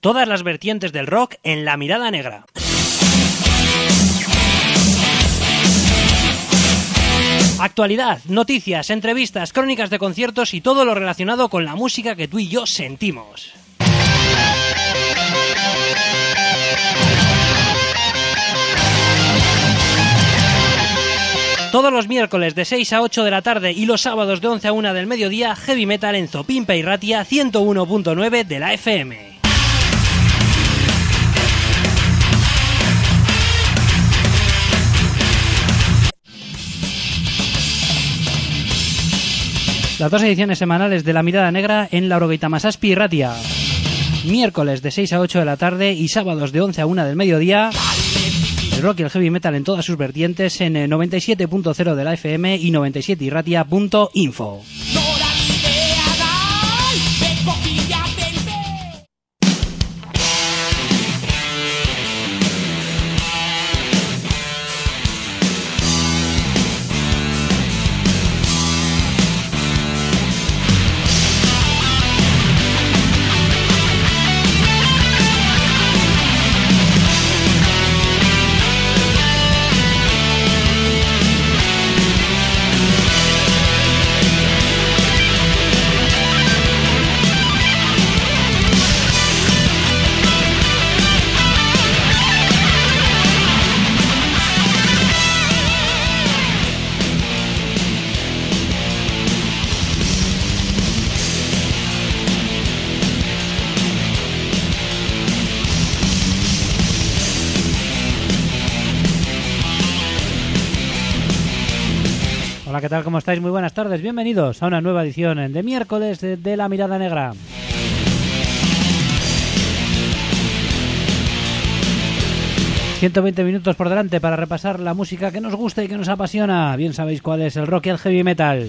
Todas las vertientes del rock en La Mirada Negra. Actualidad, noticias, entrevistas, crónicas de conciertos y todo lo relacionado con la música que tú y yo sentimos. Todos los miércoles de 6 a 8 de la tarde y los sábados de 11 a 1 del mediodía, Heavy Metal en Zopimpa y Ratia 101.9 de la FM. Las dos ediciones semanales de La Mirada Negra en la Orogeita Masaspi y Ratia. Miércoles de 6 a 8 de la tarde y sábados de 11 a 1 del mediodía. El rock y el heavy metal en todas sus vertientes en 97.0 de la FM y 97irratia.info. Hola, ¿qué tal? ¿Cómo estáis? Muy buenas tardes. Bienvenidos a una nueva edición de miércoles de La Mirada Negra. ...120 minutos por delante para repasar la música que nos gusta y que nos apasiona. Bien sabéis cuál es el rock y el heavy metal.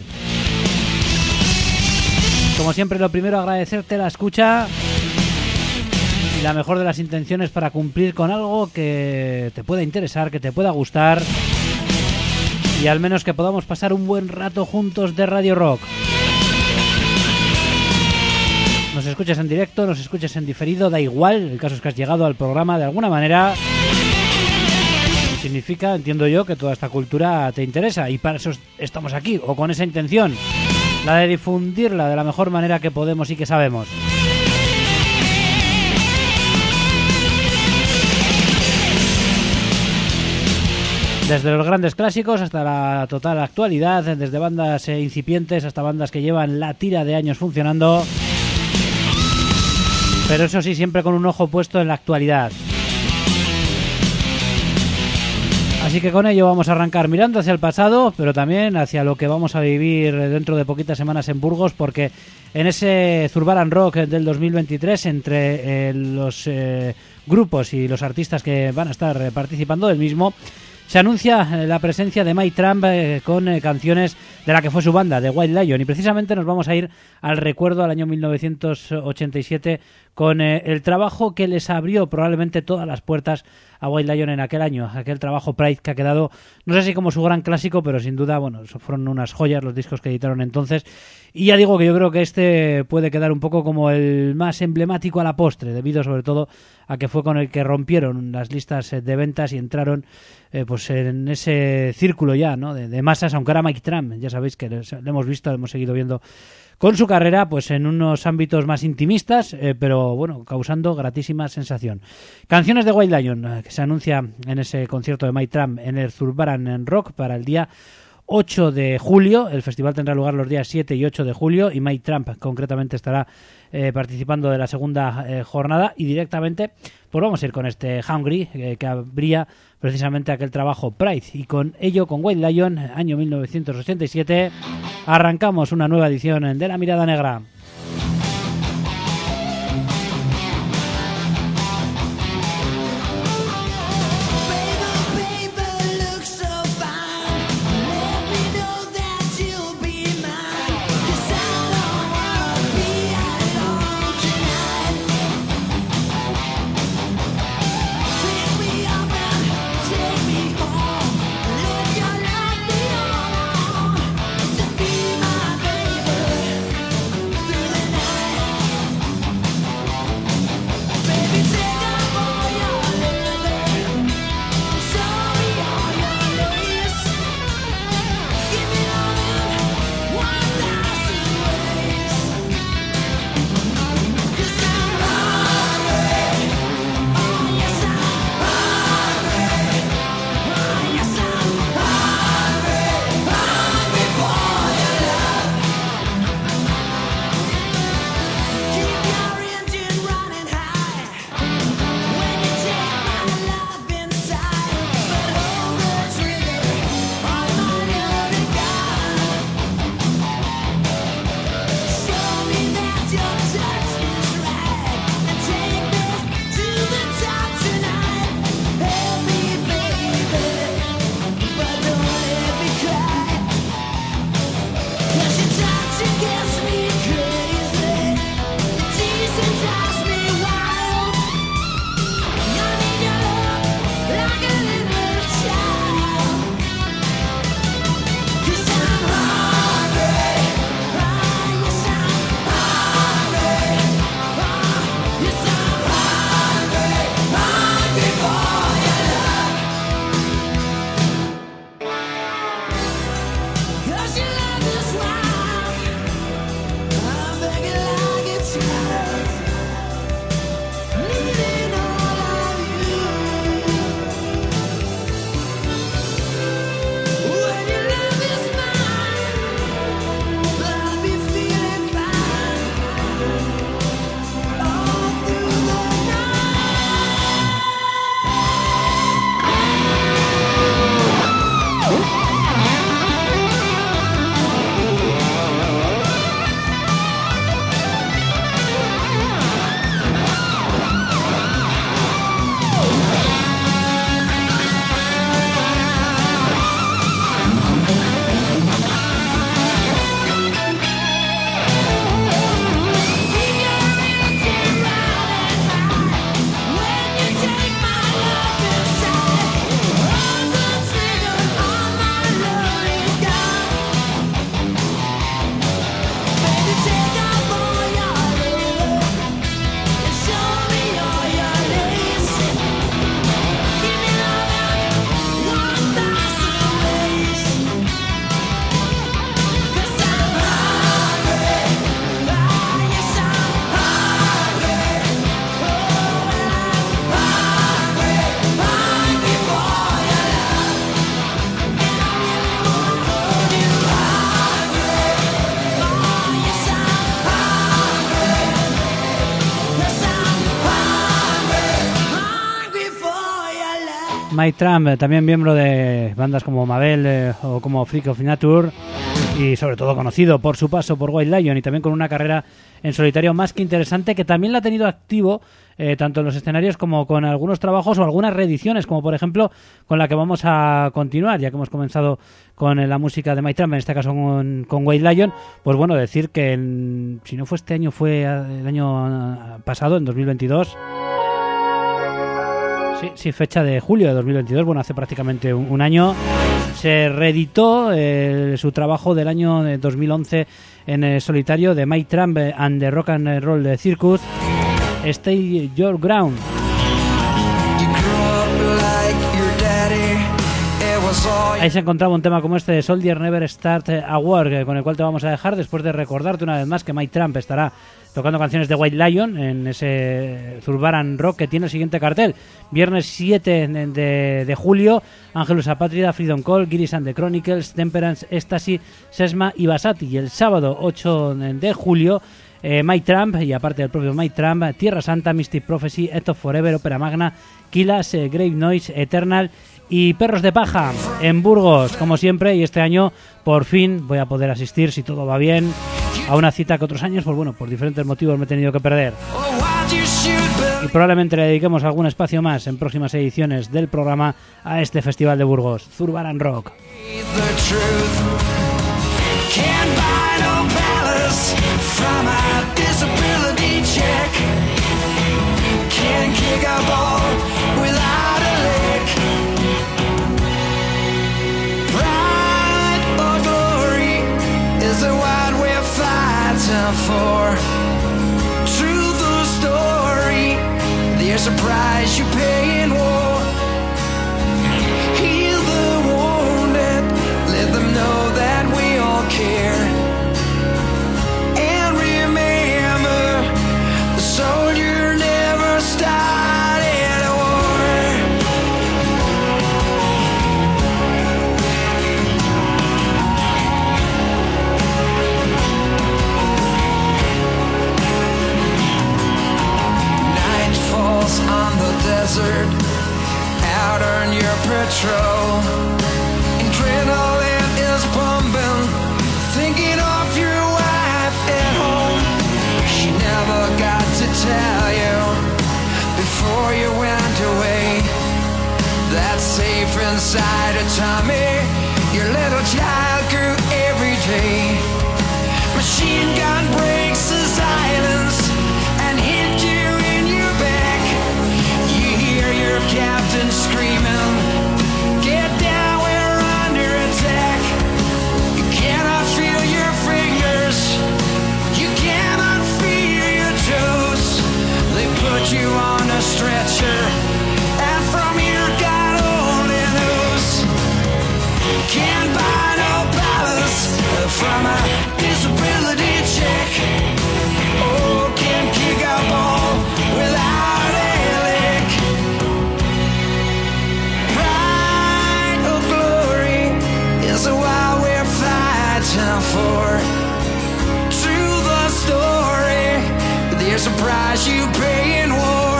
Como siempre, lo primero, agradecerte la escucha y la mejor de las intenciones para cumplir con algo que te pueda interesar, que te pueda gustar, y al menos que podamos pasar un buen rato juntos de Radio Rock. Nos escuches en directo, nos escuches en diferido, da igual, el caso es que has llegado al programa de alguna manera. Significa, entiendo yo, que toda esta cultura te interesa y para eso estamos aquí, o con esa intención, la de difundirla de la mejor manera que podemos y que sabemos. Desde los grandes clásicos hasta la total actualidad, desde bandas incipientes hasta bandas que llevan la tira de años funcionando, pero eso sí, siempre con un ojo puesto en la actualidad. Así que con ello vamos a arrancar mirando hacia el pasado, pero también hacia lo que vamos a vivir dentro de poquitas semanas en Burgos, porque en ese Zurbaran Rock del 2023, entre los grupos y los artistas que van a estar participando del mismo, se anuncia la presencia de Mike Tramp con canciones de la que fue su banda, de White Lion, y precisamente nos vamos a ir al recuerdo al año 1987 con el trabajo que les abrió probablemente todas las puertas a White Lion en aquel año, aquel trabajo Pride que ha quedado, no sé si como su gran clásico, pero sin duda, bueno, fueron unas joyas los discos que editaron entonces, y ya digo que yo creo que este puede quedar un poco como el más emblemático a la postre, debido sobre todo a que fue con el que rompieron las listas de ventas y entraron pues en ese círculo ya, ¿no?, de masas, aunque era Mike Tramp, ya sabéis que le hemos visto, le hemos seguido viendo con su carrera pues en unos ámbitos más intimistas, pero bueno, causando gratísima sensación. Canciones de White Lion, que se anuncia en ese concierto de Mike Tramp en el Zurbaran Rock para el día 8 de julio. El festival tendrá lugar los días 7 y 8 de julio y Mike Tramp concretamente estará participando de la segunda jornada, y directamente pues vamos a ir con este Hungry que abría precisamente aquel trabajo Pride, y con ello, con White Lion, año 1987, arrancamos una nueva edición de La Mirada Negra. Mike Tramp, también miembro de bandas como Mabel o como Freak of Nature, y sobre todo conocido por su paso por White Lion y también con una carrera en solitario más que interesante, que también la ha tenido activo tanto en los escenarios como con algunos trabajos o algunas reediciones, como por ejemplo con la que vamos a continuar, ya que hemos comenzado con la música de Mike Tramp, en este caso con White Lion. Pues bueno, decir que si no fue este año, fue el año pasado, en 2022. Sí, fecha de julio de 2022, bueno, hace prácticamente un año, se reeditó su trabajo del año 2011 en solitario de Mike Tramp and the Rock and Roll Circus, Stay Your Ground. Ahí se encontraba un tema como este de Soldier Never Start a War, con el cual te vamos a dejar después de recordarte una vez más que Mike Tramp estará tocando canciones de White Lion en ese Zurbaran Rock que tiene el siguiente cartel: viernes 7 de julio, Angelus Apátrida, Freedom Call, Giris and the Chronicles, Temperance, Ecstasy, Sesma y Basati. Y el sábado 8 de julio, Mike Tramp, y aparte del propio Mike Tramp, Tierra Santa, Mystic Prophecy, Earth of Forever, Ópera Magna, Kilas, Grave Noise, Eternal y Perros de Paja en Burgos, como siempre. Y este año por fin voy a poder asistir, si todo va bien, a una cita que otros años, pues bueno, por diferentes motivos me he tenido que perder. Y probablemente le dediquemos algún espacio más en próximas ediciones del programa a este festival de Burgos, Zurbaran Rock. For truth or story, there's a price you pay in war. Heal the wounded, let them know that we all care. And remember, the soldier never started a war. Night falls on the desert, out on your patrol. Adrenaline is pumping, thinking of your wife at home. She never got to tell you before you went away that safe inside a tummy your little child grew every day. Machine gun breaks the silence and hit you in your back. You hear your captain screaming, get down, we're under attack. You cannot feel your fingers, you cannot feel your toes. They put you on a stretcher, and from here God only knows. Can't buy no palace from a disability check. Oh, can't kick a ball without a lick. Pride or glory is what we're fighting for. Truth or story, there's a price you pay in war.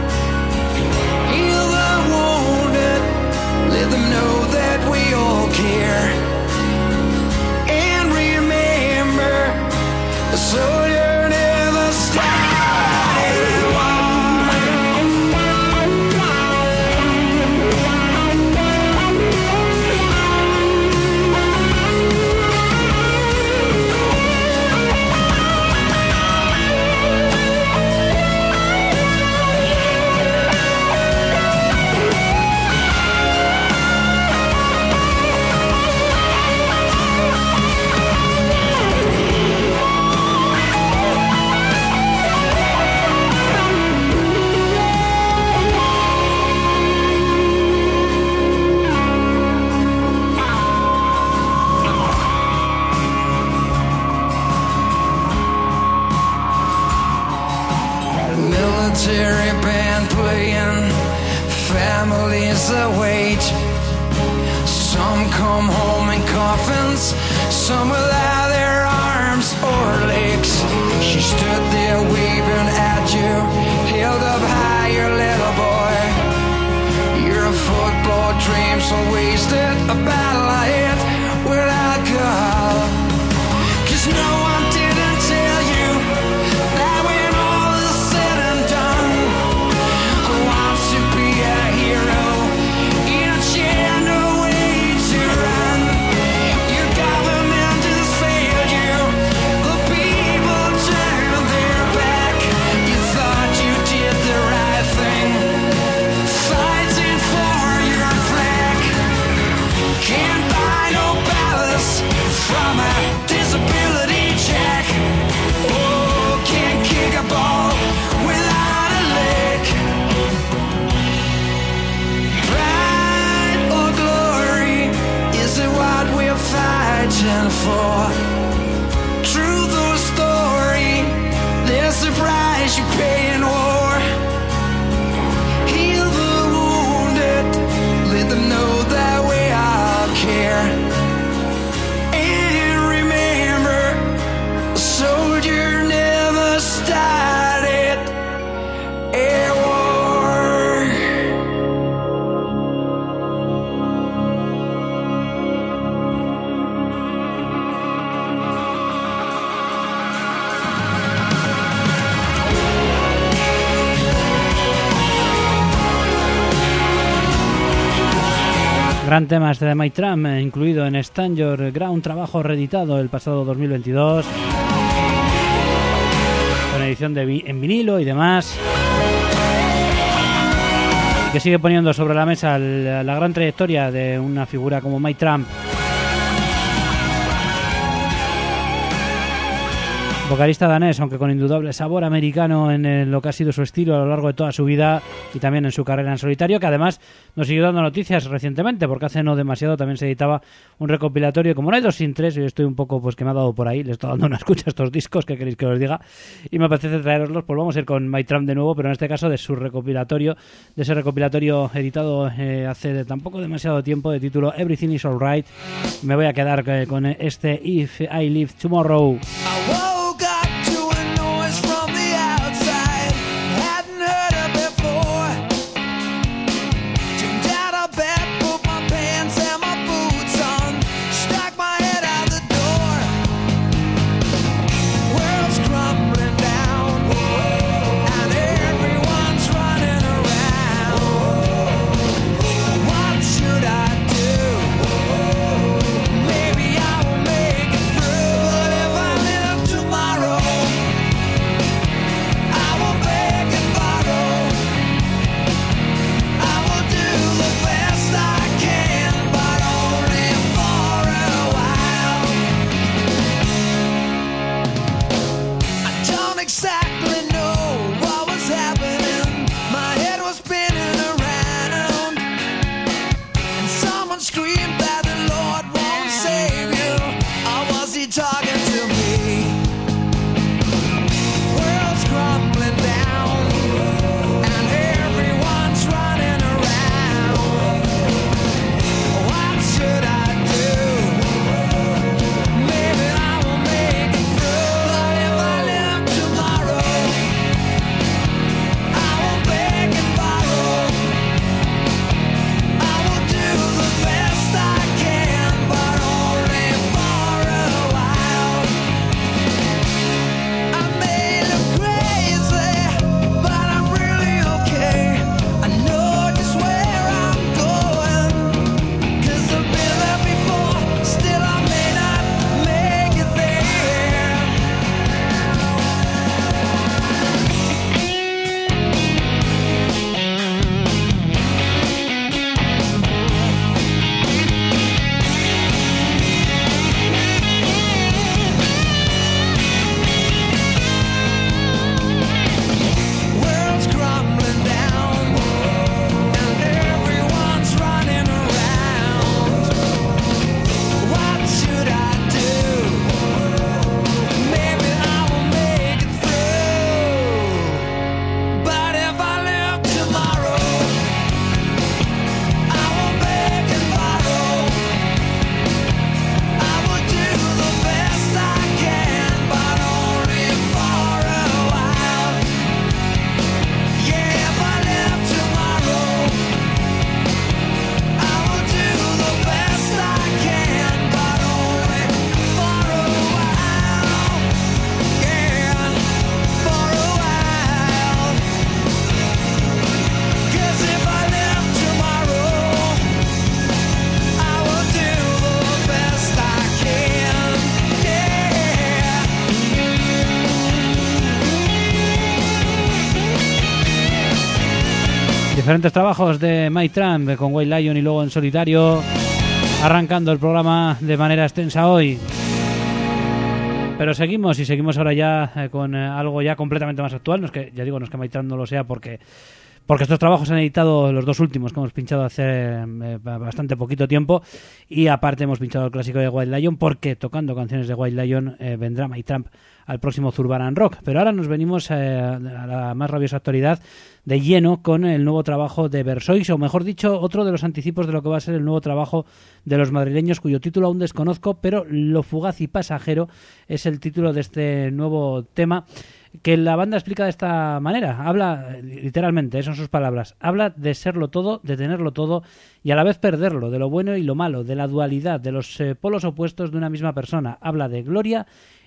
Heal the wounded, let them know that we all care. And remember, the soldier never started a war. Military band playing, families await. Some come home in coffins, some without their arms or legs. She stood there waving at you, held up high, your little boy. You're a football Gran tema este de My Tramp, incluido en Stand Your Ground, trabajo reeditado el pasado 2022, con edición en vinilo y demás, y que sigue poniendo sobre la mesa la gran trayectoria de una figura como My Tramp. Vocalista danés, aunque con indudable sabor americano en lo que ha sido su estilo a lo largo de toda su vida y también en su carrera en solitario, que además nos siguió dando noticias recientemente, porque hace no demasiado también se editaba un recopilatorio. Como no hay 2 sin 3, yo estoy un poco pues que me ha dado por ahí, le estoy dando una escucha a estos discos, que queréis que os diga, y me apetece traeroslos. Pues vamos a ir con My Tramp de nuevo, pero en este caso de su recopilatorio, de ese recopilatorio editado hace tampoco demasiado tiempo, de título Everything is Alright. Me voy a quedar con este If I Live Tomorrow. Diferentes trabajos de My Tramp con White Lion y luego en solitario, arrancando el programa de manera extensa hoy. Pero seguimos ahora ya con algo ya completamente más actual. No es que, ya digo, no es que My Tramp no lo sea porque estos trabajos se han editado los 2 últimos que hemos pinchado hace bastante poquito tiempo, y aparte hemos pinchado el clásico de White Lion porque tocando canciones de White Lion vendrá My Tramp al próximo Zurbaran Rock. Pero ahora nos venimos a la más rabiosa actualidad de lleno con el nuevo trabajo de Versoix, o mejor dicho, otro de los anticipos de lo que va a ser el nuevo trabajo de los madrileños, cuyo título aún desconozco, pero Lo fugaz y pasajero es el título de este nuevo tema, que la banda explica de esta manera. Habla, literalmente, son sus palabras, habla de serlo todo, de tenerlo todo y a la vez perderlo, de lo bueno y lo malo, de la dualidad, de los polos opuestos de una misma persona. Habla de gloria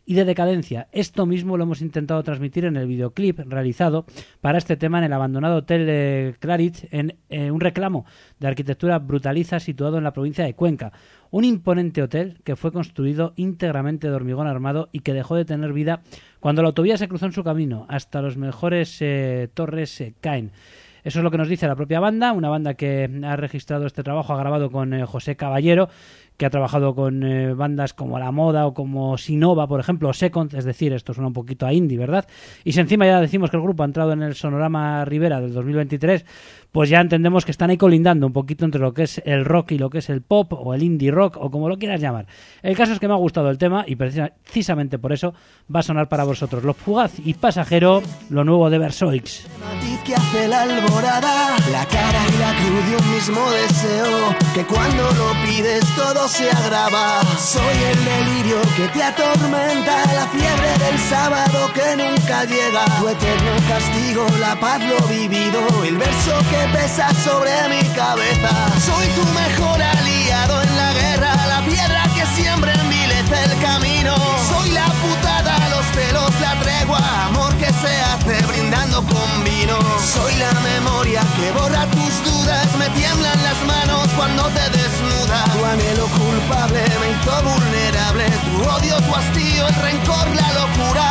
y de decadencia. Esto mismo lo hemos intentado transmitir en el videoclip realizado para este tema en el abandonado Hotel Claridge, en un reclamo de arquitectura brutaliza situado en la provincia de Cuenca. Un imponente hotel que fue construido íntegramente de hormigón armado y que dejó de tener vida cuando la autovía se cruzó en su camino. Hasta los mejores torres caen. Eso es lo que nos dice la propia banda, una banda que ha registrado este trabajo, ha grabado con José Caballero, que ha trabajado con bandas como La Moda o como Sinova, por ejemplo, o Second, es decir, esto suena un poquito a indie, ¿verdad? Y si encima ya decimos que el grupo ha entrado en el Sonorama Rivera del 2023, pues ya entendemos que están ahí colindando un poquito entre lo que es el rock y lo que es el pop, o el indie rock, o como lo quieras llamar. El caso es que me ha gustado el tema y precisamente por eso va a sonar para vosotros. Lo fugaz y pasajero, lo nuevo de Versoix. Que hace la alborada, la cara y la cruz de un mismo deseo, que cuando lo pides todo se agrava. Soy el delirio que te atormenta, la fiebre del sábado que nunca llega, tu eterno castigo, la paz, lo vivido, el verso que pesa sobre mi cabeza. Soy tu mejor aliado en la guerra, la piedra que siempre envilece el camino. Soy la putada, los celos, la tregua, amor que se hace brindando con vino. Soy la memoria que borra tus dudas, me tiemblan las manos cuando te desnudas. Tu anhelo culpable me hizo vulnerable, tu odio, tu hastío, el rencor, la locura.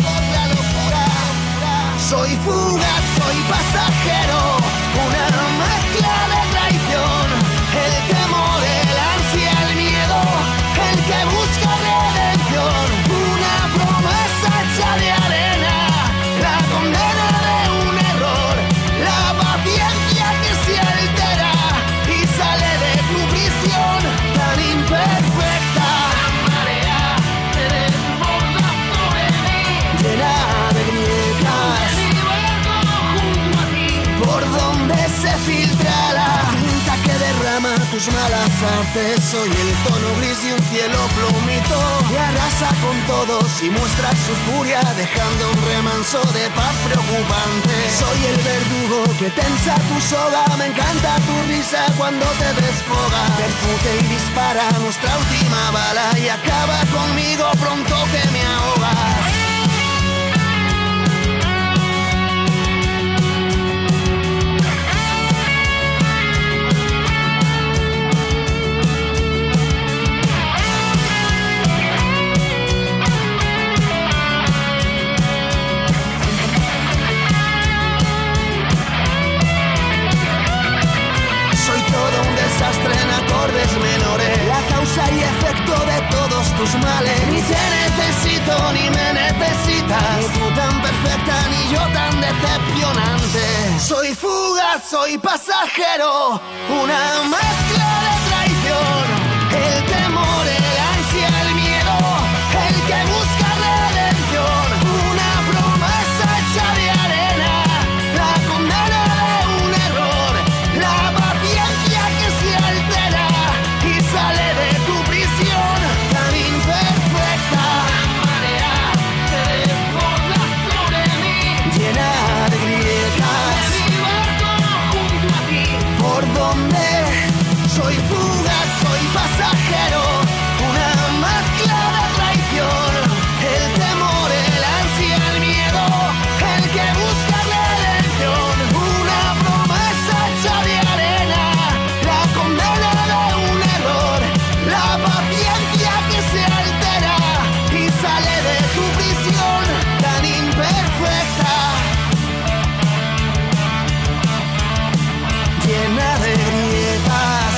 Soy fugaz, soy pasajero, una mezcla de traición, el temor, el ansia, el miedo, el que busca redención, una promesa hecha de arena, la condena de un error, la paciencia que se altera y sale de tu prisión tan imperfecta. La marea se desborda sobre mí, llena de grietas, por donde se filtra la tinta que derrama tus malas artes. Soy el tono gris de un cielo plumito que arrasa con todos y muestra su furia, dejando un remanso de paz preocupante. Soy el verdugo que tensa tu soga, me encanta tu risa cuando te desfoga. Perfute y dispara nuestra última bala y acaba conmigo pronto que me ahogas. En acordes menores, la causa y efecto de todos tus males. Ni te necesito ni me necesitas, ni tú tan perfecta ni yo tan decepcionante. Soy fugaz, soy pasajero, una mezcla de traición, el temor, el ansia, el miedo, el que busca redención, una promesa hecha de arena, la condena de un error, la paciencia que se altera y sale de tu prisión tan imperfecta. La marea se desborda sobre mí, llena de grietas, de mi barco junto a ti, por donde soy fugaz, soy pasajero, una mezcla de traición, el temor, el ansia, el miedo, el que busca redención, una promesa hecha de arena, la condena de un error, la paciencia que se altera y sale de tu prisión tan imperfecta, llena de grietas,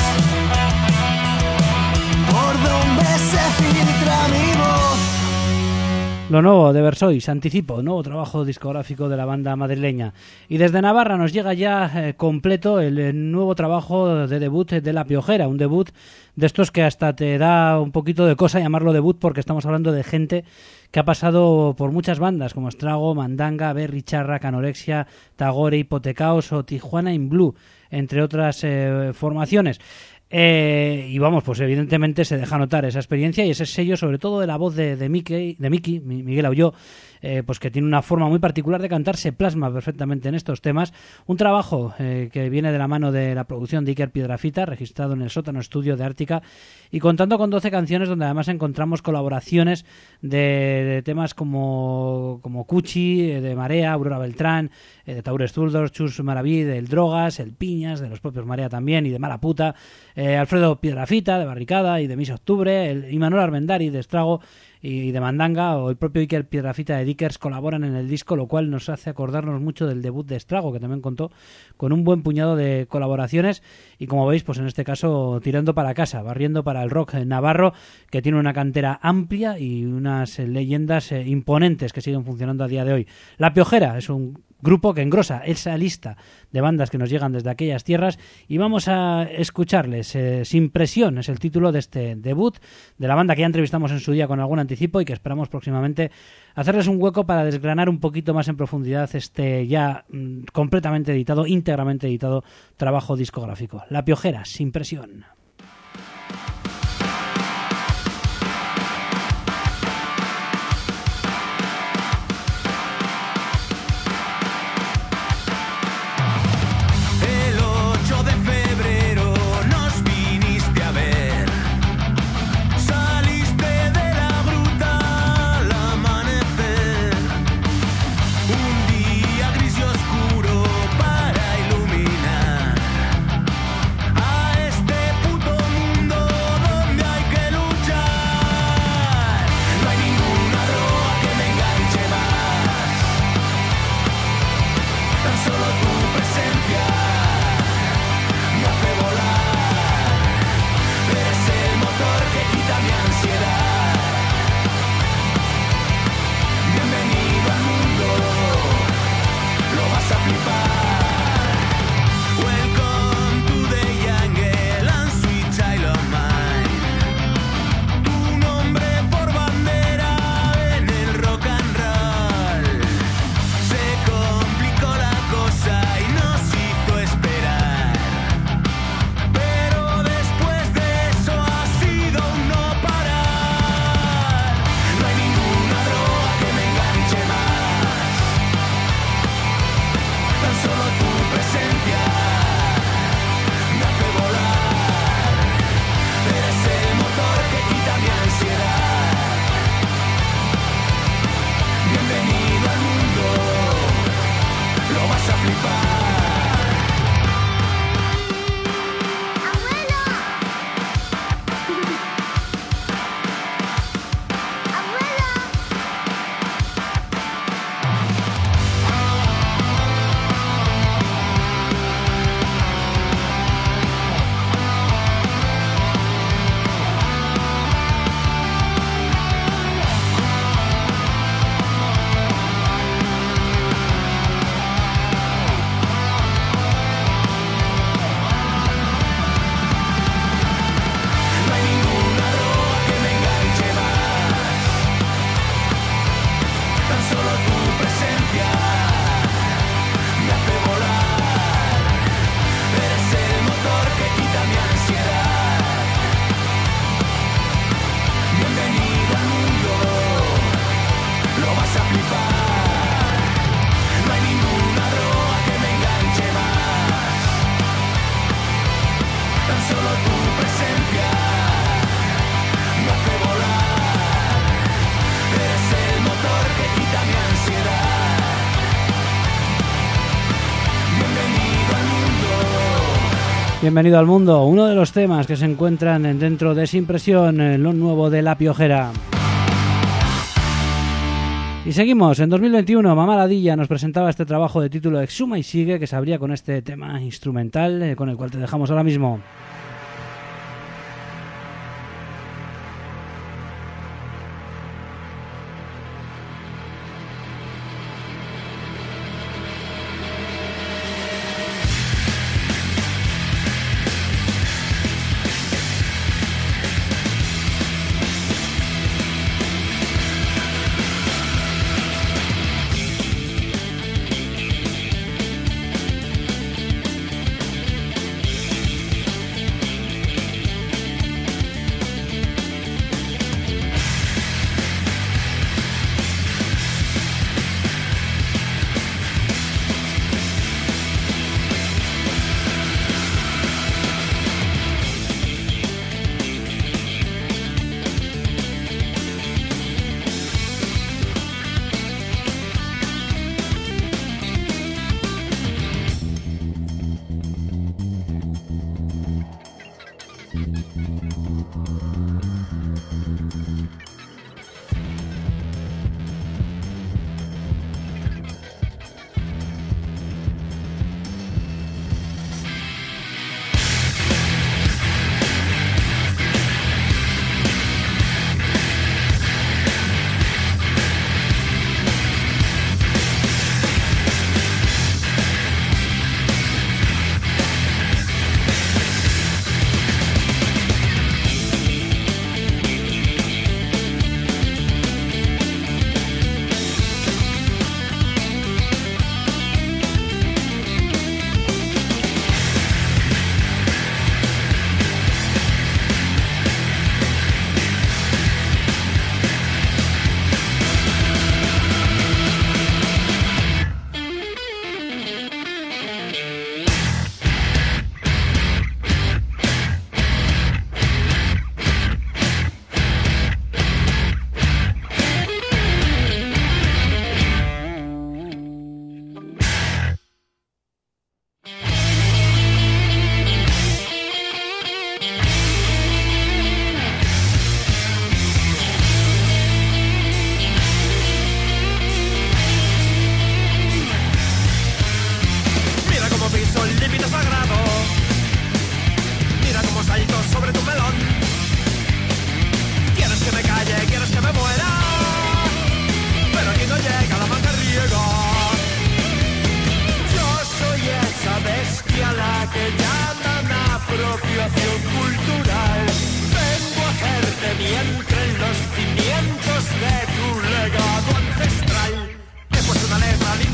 por donde se filtra mi voz. Lo nuevo de Versoix, anticipo, nuevo trabajo discográfico de la banda madrileña. Y desde Navarra nos llega ya completo el nuevo trabajo de debut de La Piojera, un debut de estos que hasta te da un poquito de cosa llamarlo debut, porque estamos hablando de gente que ha pasado por muchas bandas como Estrago, Mandanga, Berry, Charra, Canorexia, Tagore, Hipotecaos o Tijuana in Blue, entre otras formaciones. Y vamos, pues evidentemente se deja notar esa experiencia y ese sello, sobre todo de la voz de Miki, Miguel Aulló, pues que tiene una forma muy particular de cantar, se plasma perfectamente en estos temas. Un trabajo que viene de la mano de la producción de Iker Piedrafita, registrado en el sótano estudio de Ártica, y contando con 12 canciones donde además encontramos colaboraciones de temas como Cuchi, de Marea, Aurora Beltrán, de Taures Zurdos, Chus Maraví, del Drogas, el Piñas, de los propios Marea también, y de Mala Puta, Alfredo Piedrafita, de Barricada, y de Misa Octubre, y Manuel Armendari, de Estrago, y de Mandanga, o el propio Iker Piedrafita de Dickers colaboran en el disco, lo cual nos hace acordarnos mucho del debut de Estrago, que también contó con un buen puñado de colaboraciones, y como veis, pues en este caso tirando para casa, barriendo para el rock navarro, que tiene una cantera amplia y unas leyendas imponentes que siguen funcionando a día de hoy. La Piojera es un grupo que engrosa esa lista de bandas que nos llegan desde aquellas tierras, y vamos a escucharles. Sin presión es el título de este debut de la banda que ya entrevistamos en su día con algún anticipo y que esperamos próximamente hacerles un hueco para desgranar un poquito más en profundidad este ya completamente editado, íntegramente editado trabajo discográfico. La Piojera, Sin presión. Bienvenido al mundo, uno de los temas que se encuentran dentro de Sin presión, lo nuevo de La Piojera. Y seguimos, en 2021 Mamá Ladilla nos presentaba este trabajo de título Exhuma y sigue, que se abría con este tema instrumental con el cual te dejamos ahora mismo.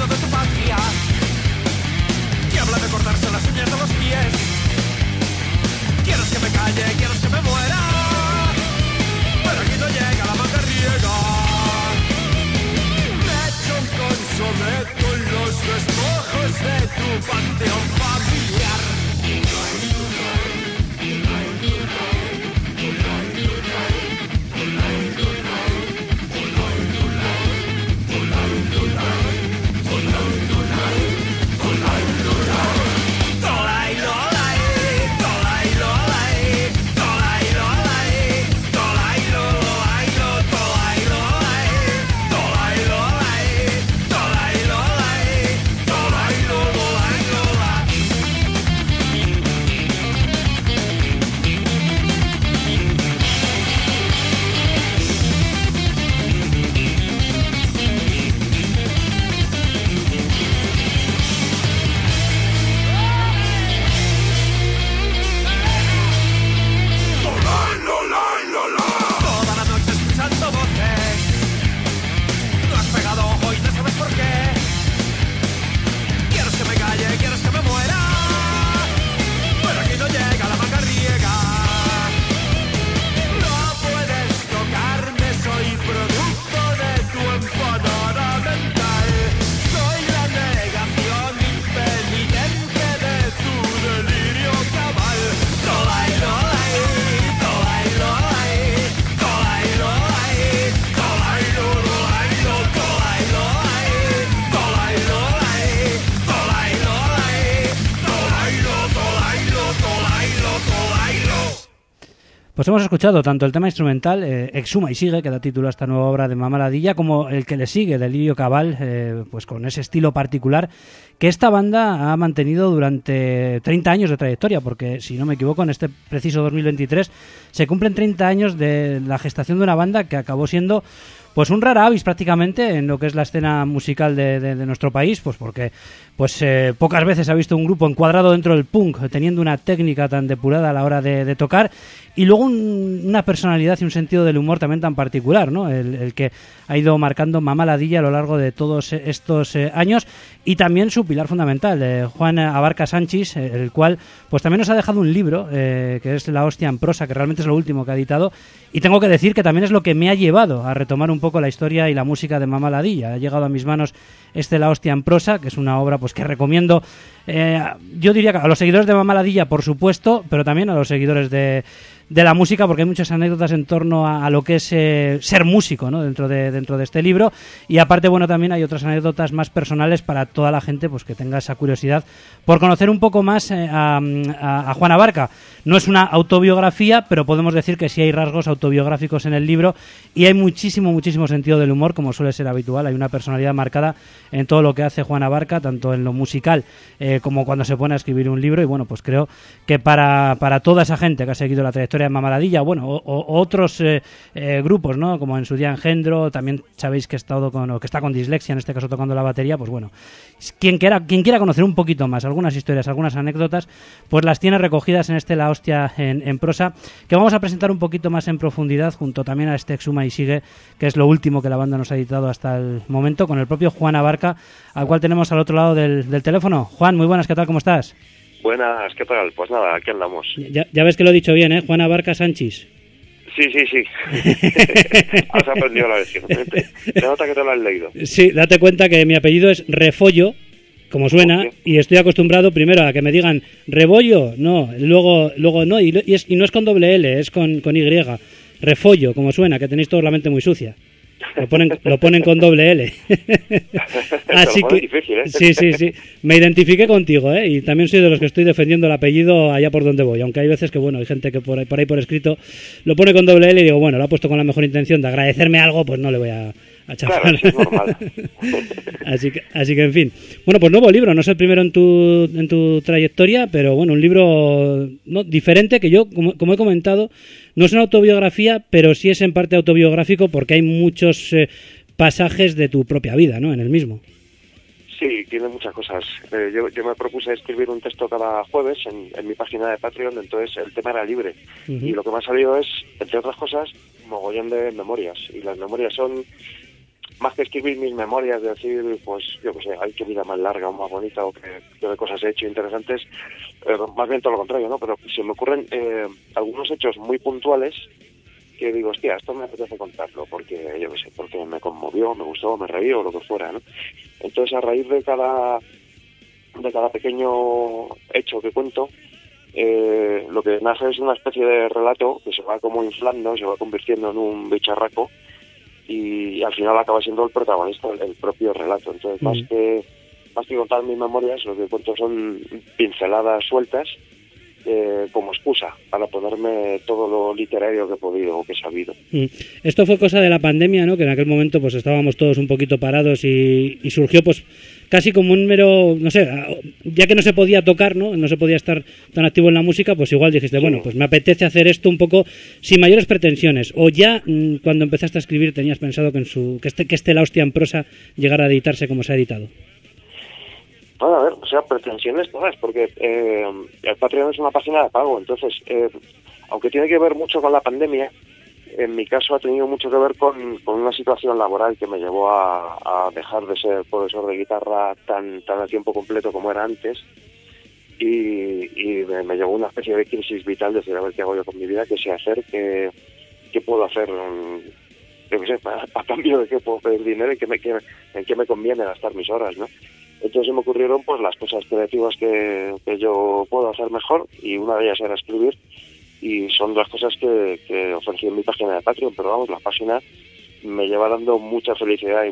recuerdo de tu patria, que habla de cortarse las uñas de los pies. Quieres que me calle, quieres que me muera, pero aquí no llega la manga riega. Me echo un consomé con los despojos de tu panteón familiar. Pues hemos escuchado tanto el tema instrumental, Exhuma y Sigue, que da título a esta nueva obra de Mama Ladilla, como el que le sigue, de Lirio Cabal, pues con ese estilo particular que esta banda ha mantenido durante 30 años de trayectoria, porque si no me equivoco, en este preciso 2023 se cumplen 30 años de la gestación de una banda que acabó siendo pues un rara avis prácticamente en lo que es la escena musical de nuestro país, pues porque pocas veces se ha visto un grupo encuadrado dentro del punk teniendo una técnica tan depurada a la hora de tocar, y luego una personalidad y un sentido del humor también tan particular, ¿no? El que ha ido marcando Mama Ladilla a lo largo de todos estos años, y también su pilar fundamental, Juan Abarca Sanchis, el cual pues también nos ha dejado un libro que es La hostia en prosa, que realmente es lo último que ha editado, y tengo que decir que también es lo que me ha llevado a retomar un poco la historia y la música de Mama Ladilla. Ha llegado a mis manos La hostia en prosa, que es una obra pues que recomiendo, yo diría que a los seguidores de Mama Ladilla, por supuesto, pero también a los seguidores de la música, porque hay muchas anécdotas en torno a lo que es ser músico, ¿no? dentro de este libro, y aparte, bueno, también hay otras anécdotas más personales para toda la gente pues que tenga esa curiosidad por conocer un poco más a Juan Abarca. No es una autobiografía, pero podemos decir que sí hay rasgos autobiográficos en el libro, y hay muchísimo sentido del humor, como suele ser habitual. Hay una personalidad marcada en todo lo que hace Juan Abarca, tanto en lo musical como cuando se pone a escribir un libro, y bueno, pues creo que para toda esa gente que ha seguido la trayectoria de Mama Ladilla, bueno, o otros grupos, ¿no? Como en su día Engendro, también sabéis que está con dislexia, en este caso tocando la batería, pues bueno, quien quiera conocer un poquito más, algunas historias, algunas anécdotas, pues las tiene recogidas en La hostia en prosa, que vamos a presentar un poquito más en profundidad, junto también a Exhuma y Sigue, que es lo último que la banda nos ha editado hasta el momento, con el propio Juan Abarca, al cual tenemos al otro lado del teléfono. Juan, muy buenas, ¿qué tal? ¿Cómo estás? Buenas, ¿qué tal? Pues nada, aquí andamos. Ya ves que lo he dicho bien, ¿eh? Juan Abarca Sanchis. Sí. Has aprendido la lección. Se nota que te lo has leído. Sí, date cuenta que mi apellido es Refollo, como suena, okay. Y estoy acostumbrado primero a que me digan Rebollo, no, luego no, y no es con doble L, es con Y. Refollo, como suena, que tenéis todos la mente muy sucia. Lo ponen con doble L. Así que difícil, ¿eh? Sí. Me identifiqué contigo, ¿eh? Y también soy de los que estoy defendiendo el apellido allá por donde voy. Aunque hay veces que, bueno, hay gente que por ahí por escrito lo pone con doble L y digo, bueno, lo ha puesto con la mejor intención de agradecerme algo, pues no le voy a chafar. Claro, eso es normal. Así que, en fin. Bueno, pues nuevo libro. No es el primero en tu trayectoria, pero bueno, un libro diferente que yo, como he comentado, no es una autobiografía, pero sí es en parte autobiográfico porque hay muchos pasajes de tu propia vida, ¿no? En el mismo. Sí, tiene muchas cosas. Yo me propuse escribir un texto cada jueves en mi página de Patreon, entonces el tema era libre. Uh-huh. Y lo que me ha salido es, entre otras cosas, mogollón de memorias. Y las memorias son más que escribir mis memorias, de decir, pues yo qué sé, hay que vida más larga o más bonita o que de cosas he hecho interesantes, más bien todo lo contrario, ¿no? Pero se me ocurren algunos hechos muy puntuales que digo, hostia, esto me apetece contarlo porque, yo qué sé, porque me conmovió, me gustó, me reí o lo que fuera, ¿no? Entonces, a raíz de cada pequeño hecho que cuento, lo que nace es una especie de relato que se va como inflando, se va convirtiendo en un bicharraco y al final acaba siendo el protagonista el propio relato. Entonces, más que contar mis memorias, lo que cuento son pinceladas sueltas como excusa para ponerme todo lo literario que he podido o que he sabido. Esto fue cosa de la pandemia, ¿no? Que en aquel momento pues estábamos todos un poquito parados y surgió pues casi como un mero, no sé, ya que no se podía tocar, ¿no? No se podía estar tan activo en la música, pues igual dijiste, bueno, pues me apetece hacer esto un poco sin mayores pretensiones. O ya cuando empezaste a escribir tenías pensado que que La hostia en prosa llegara a editarse como se ha editado. Bueno, a ver, o sea, pretensiones todas, porque el Patreon es una página de pago, entonces, aunque tiene que ver mucho con la pandemia, en mi caso ha tenido mucho que ver con una situación laboral que me llevó a dejar de ser profesor de guitarra tan a tiempo completo como era antes, y me llevó una especie de crisis vital de decir, a ver qué hago yo con mi vida, qué sé hacer, qué puedo hacer, yo qué sé, a cambio de qué puedo pedir dinero y en qué me conviene gastar mis horas, ¿no? Entonces se me ocurrieron pues las cosas creativas que yo puedo hacer mejor, y una de ellas era escribir, y son las cosas que ofrecí en mi página de Patreon, pero vamos, la página me lleva dando mucha felicidad y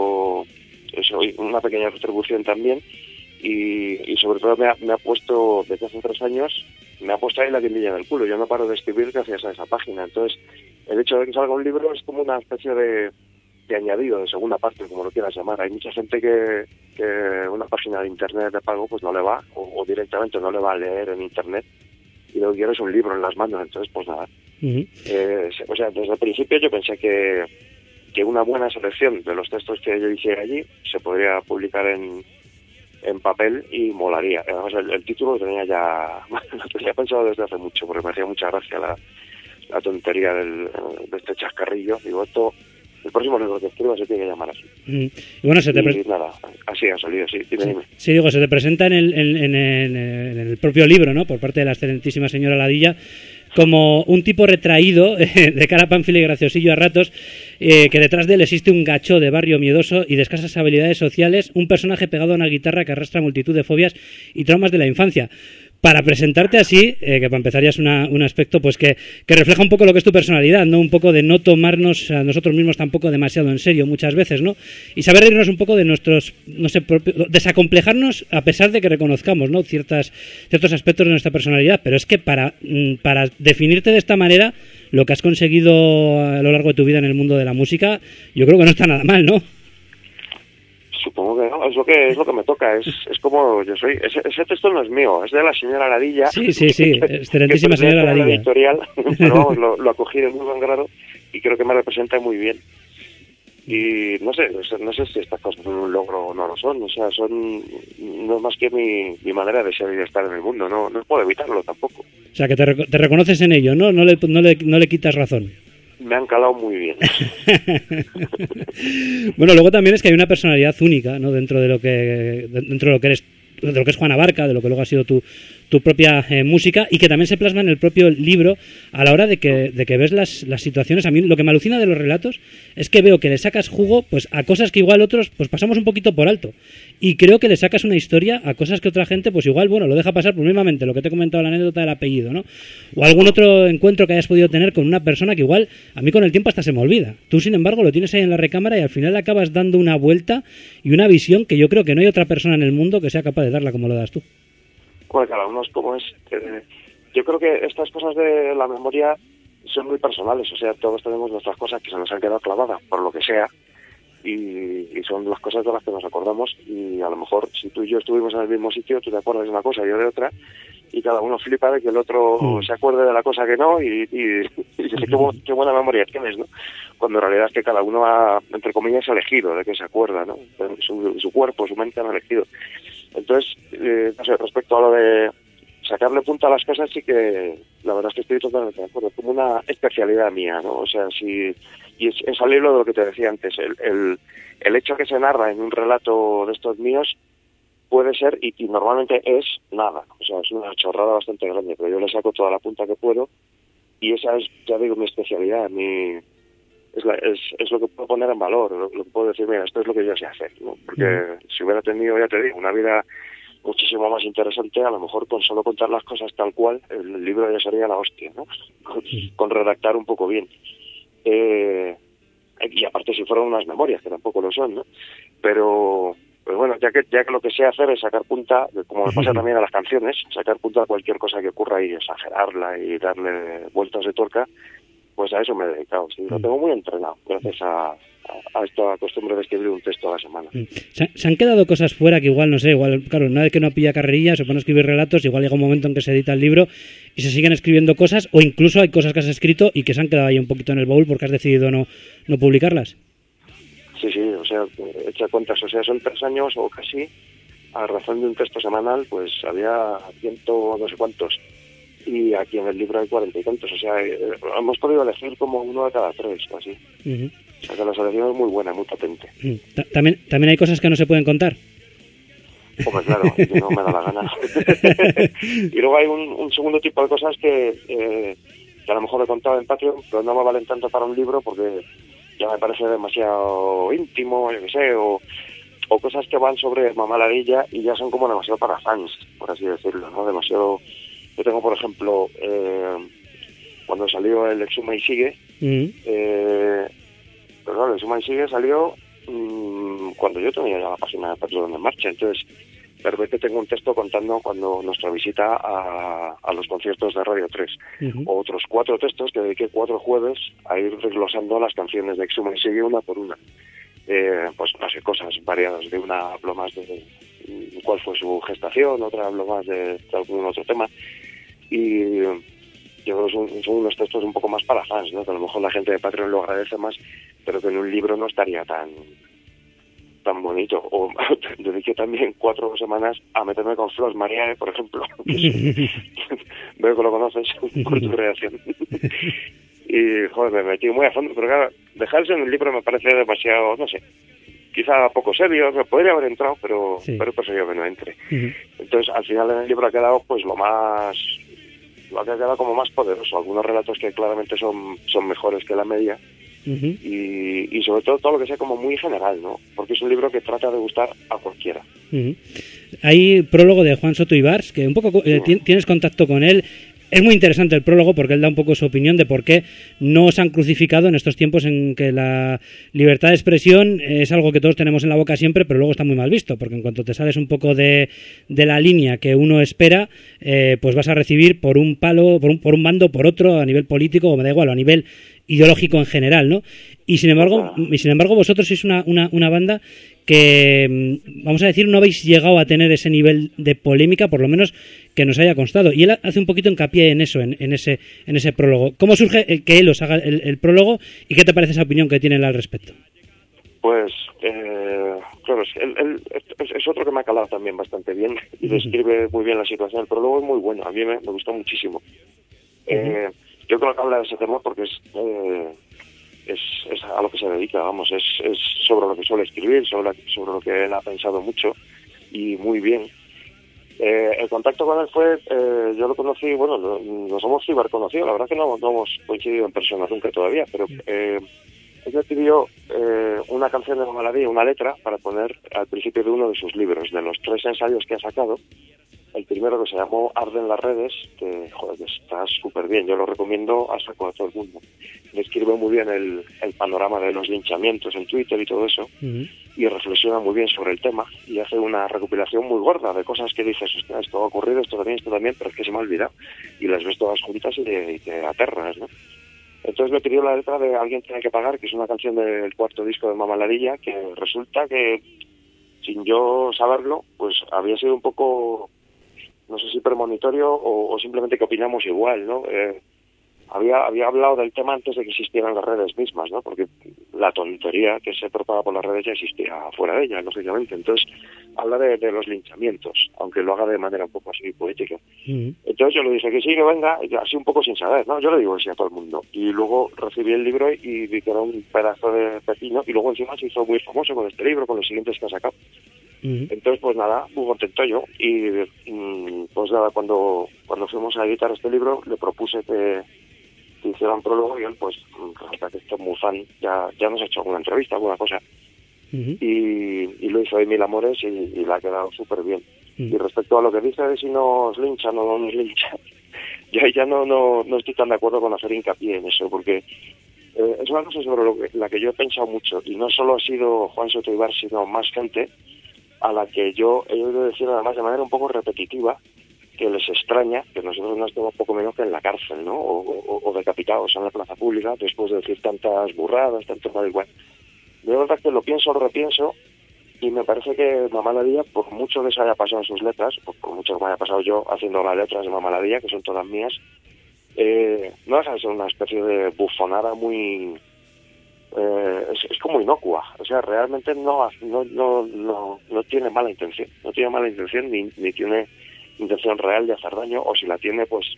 una pequeña retribución también, y sobre todo me ha puesto, desde hace 3 años, me ha puesto ahí la guindilla en el culo. Yo no paro de escribir gracias a esa página. Entonces, el hecho de que salga un libro es como una especie de añadido, de segunda parte, como lo quieras llamar. Hay mucha gente que una página de internet de pago pues no le va, o directamente no le va a leer en internet, y lo que quiere es un libro en las manos. Entonces, pues nada. O sea, desde el principio yo pensé que una buena selección de los textos que yo hiciera allí se podría publicar en papel y molaría. Además, el título lo tenía pensado desde hace mucho, porque me hacía mucha gracia la tontería de este chascarrillo. Digo, el próximo libro que escriba se tiene que llamar así. Y bueno, nada, así ha salido, sí. Dime. Sí, digo, se te presenta en el propio libro, ¿no? Por parte de la excelentísima señora Ladilla, como un tipo retraído, de cara pánfilo y graciosillo a ratos, que detrás de él existe un gacho de barrio miedoso y de escasas habilidades sociales, un personaje pegado a una guitarra que arrastra multitud de fobias y traumas de la infancia. Para presentarte así, que para empezar ya es un aspecto pues que refleja un poco lo que es tu personalidad, ¿no? Un poco de no tomarnos a nosotros mismos tampoco demasiado en serio muchas veces, ¿no? Y saber reírnos un poco de nuestros, no sé, desacomplejarnos a pesar de que reconozcamos, ¿no? Ciertos aspectos de nuestra personalidad, pero es que para definirte de esta manera, lo que has conseguido a lo largo de tu vida en el mundo de la música, yo creo que no está nada mal, ¿no? Supongo que no, es lo que me toca, es como yo soy. Ese texto no es mío, es de la señora Ladilla. Sí, excelentísima señora Ladilla. Editorial, pero vamos, lo acogí de muy buen grado y creo que me representa muy bien. Y no sé si estas cosas son un logro o no lo son, o sea, no es más que mi manera de ser y de estar en el mundo, no puedo evitarlo tampoco. O sea, que te reconoces en ello, ¿no? No le quitas razón. Me han calado muy bien. Bueno, luego también es que hay una personalidad única, ¿no? Dentro de lo que eres, de lo que es Juan Abarca, de lo que luego ha sido tu propia música, y que también se plasma en el propio libro a la hora de que ves las situaciones. A mí lo que me alucina de los relatos es que veo que le sacas jugo pues a cosas que igual otros pues pasamos un poquito por alto, y creo que le sacas una historia a cosas que otra gente pues igual, bueno, lo deja pasar, pues mismamente lo que te he comentado, la anécdota del apellido, ¿no? O algún otro encuentro que hayas podido tener con una persona que igual a mí con el tiempo hasta se me olvida. Tú, sin embargo, lo tienes ahí en la recámara y al final acabas dando una vuelta y una visión que yo creo que no hay otra persona en el mundo que sea capaz de darla como lo das tú. Bueno, cada uno es como es. Yo creo que estas cosas de la memoria son muy personales, o sea, todos tenemos nuestras cosas que se nos han quedado clavadas, por lo que sea, y son las cosas de las que nos acordamos, y a lo mejor si tú y yo estuvimos en el mismo sitio, tú te acuerdas de una cosa y yo de otra, y cada uno flipa de que el otro se acuerde de la cosa que no, y dice, qué buena memoria tienes, ¿no? Cuando en realidad es que cada uno ha, entre comillas, elegido de qué se acuerda, ¿no? Su cuerpo, su mente han elegido. Entonces, no sé, respecto a lo de sacarle punta a las cosas sí que la verdad es que estoy totalmente de acuerdo, como una especialidad mía, ¿no? O sea, si y es al hilo de lo que te decía antes, el hecho que se narra en un relato de estos míos puede ser, y normalmente es nada, o sea, es una chorrada bastante grande, pero yo le saco toda la punta que puedo, y esa es, ya digo, mi especialidad, es lo que puedo poner en valor, lo que puedo decir, mira, esto es lo que yo sé hacer, ¿no? Porque si hubiera tenido, ya te digo, una vida muchísimo más interesante, a lo mejor con solo contar las cosas tal cual, el libro ya sería la hostia, ¿no? Con redactar un poco bien. Y aparte si fueran unas memorias, que tampoco lo son, ¿no? Pero bueno, ya que lo que sé hacer es sacar punta, como me pasa también a las canciones, sacar punta a cualquier cosa que ocurra y exagerarla y darle vueltas de tuerca, pues a eso me he dedicado. Sí, lo tengo muy entrenado, gracias a esta costumbre de escribir un texto a la semana. ¿Se han quedado cosas fuera que igual, no sé, igual, claro, una vez que no pilla carrerilla, se pone a escribir relatos, igual llega un momento en que se edita el libro y se siguen escribiendo cosas, o incluso hay cosas que has escrito y que se han quedado ahí un poquito en el baúl porque has decidido no publicarlas? Sí, o sea, echa cuentas, o sea, son 3 años o casi, a razón de un texto semanal, pues había 100 no sé cuántos, y aquí en el libro hay 40 y tantos, o sea, hemos podido elegir como 1 de cada 3 o así. O sea, que la selección es muy buena, muy potente. ¿También hay cosas que no se pueden contar? Pues claro, que no me da la gana. Y luego hay un segundo tipo de cosas que a lo mejor he contado en Patreon, pero no me valen tanto para un libro porque ya me parece demasiado íntimo, yo qué sé, o cosas que van sobre Mamá Ladilla y ya son como demasiado para fans, por así decirlo, ¿no? Demasiado. Yo tengo, por ejemplo, cuando salió el Exuma y Sigue, pero claro, el Exuma y Sigue salió cuando yo tenía ya la página de Patreon en marcha, entonces de repente tengo un texto contando cuando nuestra visita a los conciertos de Radio 3. Otros 4 textos que dediqué 4 jueves a ir desglosando las canciones de Exuma y Sigue una por una. Pues no sé, cosas variadas. De una hablo más de cuál fue su gestación, otra hablo más de algún otro tema. Y yo creo que son unos textos un poco más para fans, ¿no? Que a lo mejor la gente de Patreon lo agradece más, pero que en un libro no estaría tan bonito. O dediqué también 4 semanas a meterme con Flos Mariae, por ejemplo. Veo que lo conoces por tu reacción. Y, joder, me metí muy a fondo, pero claro, dejarse en el libro me parece demasiado, no sé, quizá poco serio, me podría haber entrado, pero preferido que no entre. Entonces, al final en el libro ha quedado, pues, lo que ha quedado como más poderoso. Algunos relatos que claramente son mejores que la media, y sobre todo lo que sea como muy general, ¿no? Porque es un libro que trata de gustar a cualquiera. Hay prólogo de Juan Soto Ibars, que un poco tienes contacto con él. Es muy interesante el prólogo porque él da un poco su opinión de por qué no se han crucificado en estos tiempos en que la libertad de expresión es algo que todos tenemos en la boca siempre, pero luego está muy mal visto, porque en cuanto te sales un poco de la línea que uno espera, pues vas a recibir por un palo, por un bando, por otro, a nivel político, o me da igual, o a nivel ideológico en general, ¿no? Y sin embargo vosotros sois una banda que, vamos a decir, no habéis llegado a tener ese nivel de polémica, por lo menos que nos haya constado. Y él hace un poquito hincapié en eso, en ese prólogo. ¿Cómo surge que él os haga el prólogo y qué te parece esa opinión que tiene él al respecto? Pues, claro, él es otro que me ha calado también bastante bien y describe muy bien la situación. El prólogo es muy bueno, a mí me gustó muchísimo. Yo creo que habla de ese tema porque es a lo que se dedica, vamos, es sobre lo que suele escribir, sobre lo que él ha pensado mucho y muy bien. El contacto con él fue, yo lo conocí, bueno, nos hemos ciberconocido, la verdad que no hemos coincidido en persona nunca todavía, pero él me pidió una canción de Mamá Ladilla, una letra, para poner al principio de uno de sus libros, de los 3 ensayos que ha sacado. El primero, que se llamó Arden las redes, que, joder, está súper bien, yo lo recomiendo a saco a todo el mundo. Describe muy bien el panorama de los linchamientos en Twitter y todo eso, y reflexiona muy bien sobre el tema, y hace una recopilación muy gorda de cosas que dices, hostia, esto ha ocurrido, esto también, pero es que se me ha olvidado, y las ves todas juntas y te aterras, ¿no? Entonces me pidió la letra de Alguien tiene que pagar, que es una canción del 4º disco de Mamá Ladilla, que resulta que, sin yo saberlo, pues había sido un poco, no sé si premonitorio o simplemente que opinamos igual, ¿no? había hablado del tema antes de que existieran las redes mismas, ¿no? Porque la tontería que se propaga por las redes ya existía fuera de ellas, lógicamente. Entonces, habla de los linchamientos, aunque lo haga de manera un poco así poética. Entonces yo le dije que sí, que venga, así un poco sin saber, ¿no? Yo le digo que sí a todo el mundo. Y luego recibí el libro y vi que era un pedazo de pepino, y luego encima se hizo muy famoso con este libro, con los siguientes que ha sacado. Entonces, pues nada, muy contento yo. Y pues nada, cuando fuimos a editar este libro, le propuse que hiciera un prólogo, y él, pues, resulta que es muy fan, ya nos ha hecho alguna entrevista, alguna cosa, y lo hizo de Mil Amores, y le ha quedado súper bien. Y respecto a lo que dice de si nos linchan o no nos linchan, yo ya no estoy tan de acuerdo con hacer hincapié en eso, porque es una cosa sobre la que yo he pensado mucho, y no solo ha sido Juan Soto Ibar, sino más gente a la que yo he oído decir, además de manera un poco repetitiva, que les extraña que nosotros no estemos poco menos que en la cárcel, ¿no? O decapitados en la plaza pública después de decir tantas burradas, tanto mal igual. De verdad que lo pienso, lo repienso, y me parece que Mamá Ladilla, por mucho que se haya pasado en sus letras, por mucho que me haya pasado yo haciendo las letras de Mamá Ladilla, que son todas mías, no deja de ser una especie de bufonada muy... es como inocua, o sea, realmente no tiene mala intención, ni tiene intención real de hacer daño, o si la tiene, pues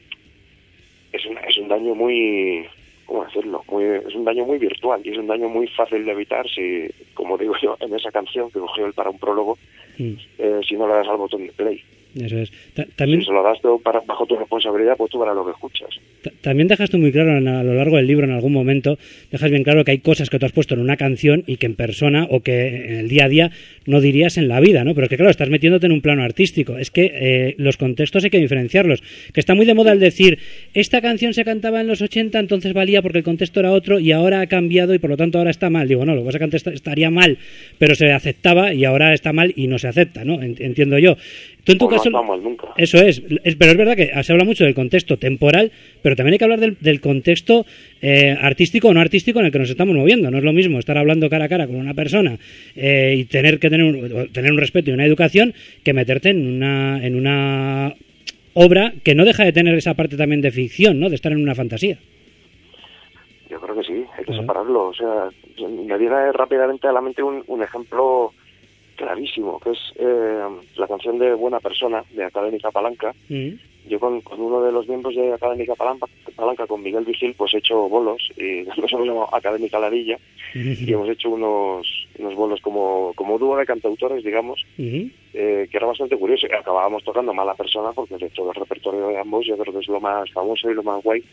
es un daño muy, ¿cómo decirlo? Es un daño muy virtual, y es un daño muy fácil de evitar si, como digo yo, en esa canción que cogió él para un prólogo, si no le das al botón de play. Eso es. También, si se lo das tú bajo tu responsabilidad, pues tú verás lo que escuchas. También dejas tú muy claro a lo largo del libro, en algún momento, dejas bien claro que hay cosas que tú has puesto en una canción y que en persona o que en el día a día no dirías en la vida, ¿no? Pero es que claro, estás metiéndote en un plano artístico. Es que los contextos hay que diferenciarlos. Que está muy de moda el decir, esta canción se cantaba en los 80, entonces valía porque el contexto era otro y ahora ha cambiado y por lo tanto ahora está mal. Digo, no, lo que pasa es que estaría mal, pero se aceptaba, y ahora está mal y no se acepta, ¿no? Entiendo yo. Tú en tu caso, no estamos nunca. Eso pero es verdad que se habla mucho del contexto temporal, pero también hay que hablar del contexto artístico o no artístico en el que nos estamos moviendo. No es lo mismo estar hablando cara a cara con una persona y tener que tener un respeto y una educación, que meterte en una obra que no deja de tener esa parte también de ficción, ¿no? De estar en una fantasía. Yo creo que sí, hay que separarlo. O sea, me viene rápidamente a la mente un ejemplo clarísimo, que es la canción de Buena Persona, de Académica Palanca. Yo con uno de los miembros de Académica Palanca, con Miguel Vigil, pues he hecho bolos, y nos hemos llamado Académica Ladilla, y hemos hecho unos bolos como dúo de cantautores, digamos, que era bastante curioso. Y acabábamos tocando Mala Persona, porque de todo el repertorio de ambos yo creo que es lo más famoso y lo más guay.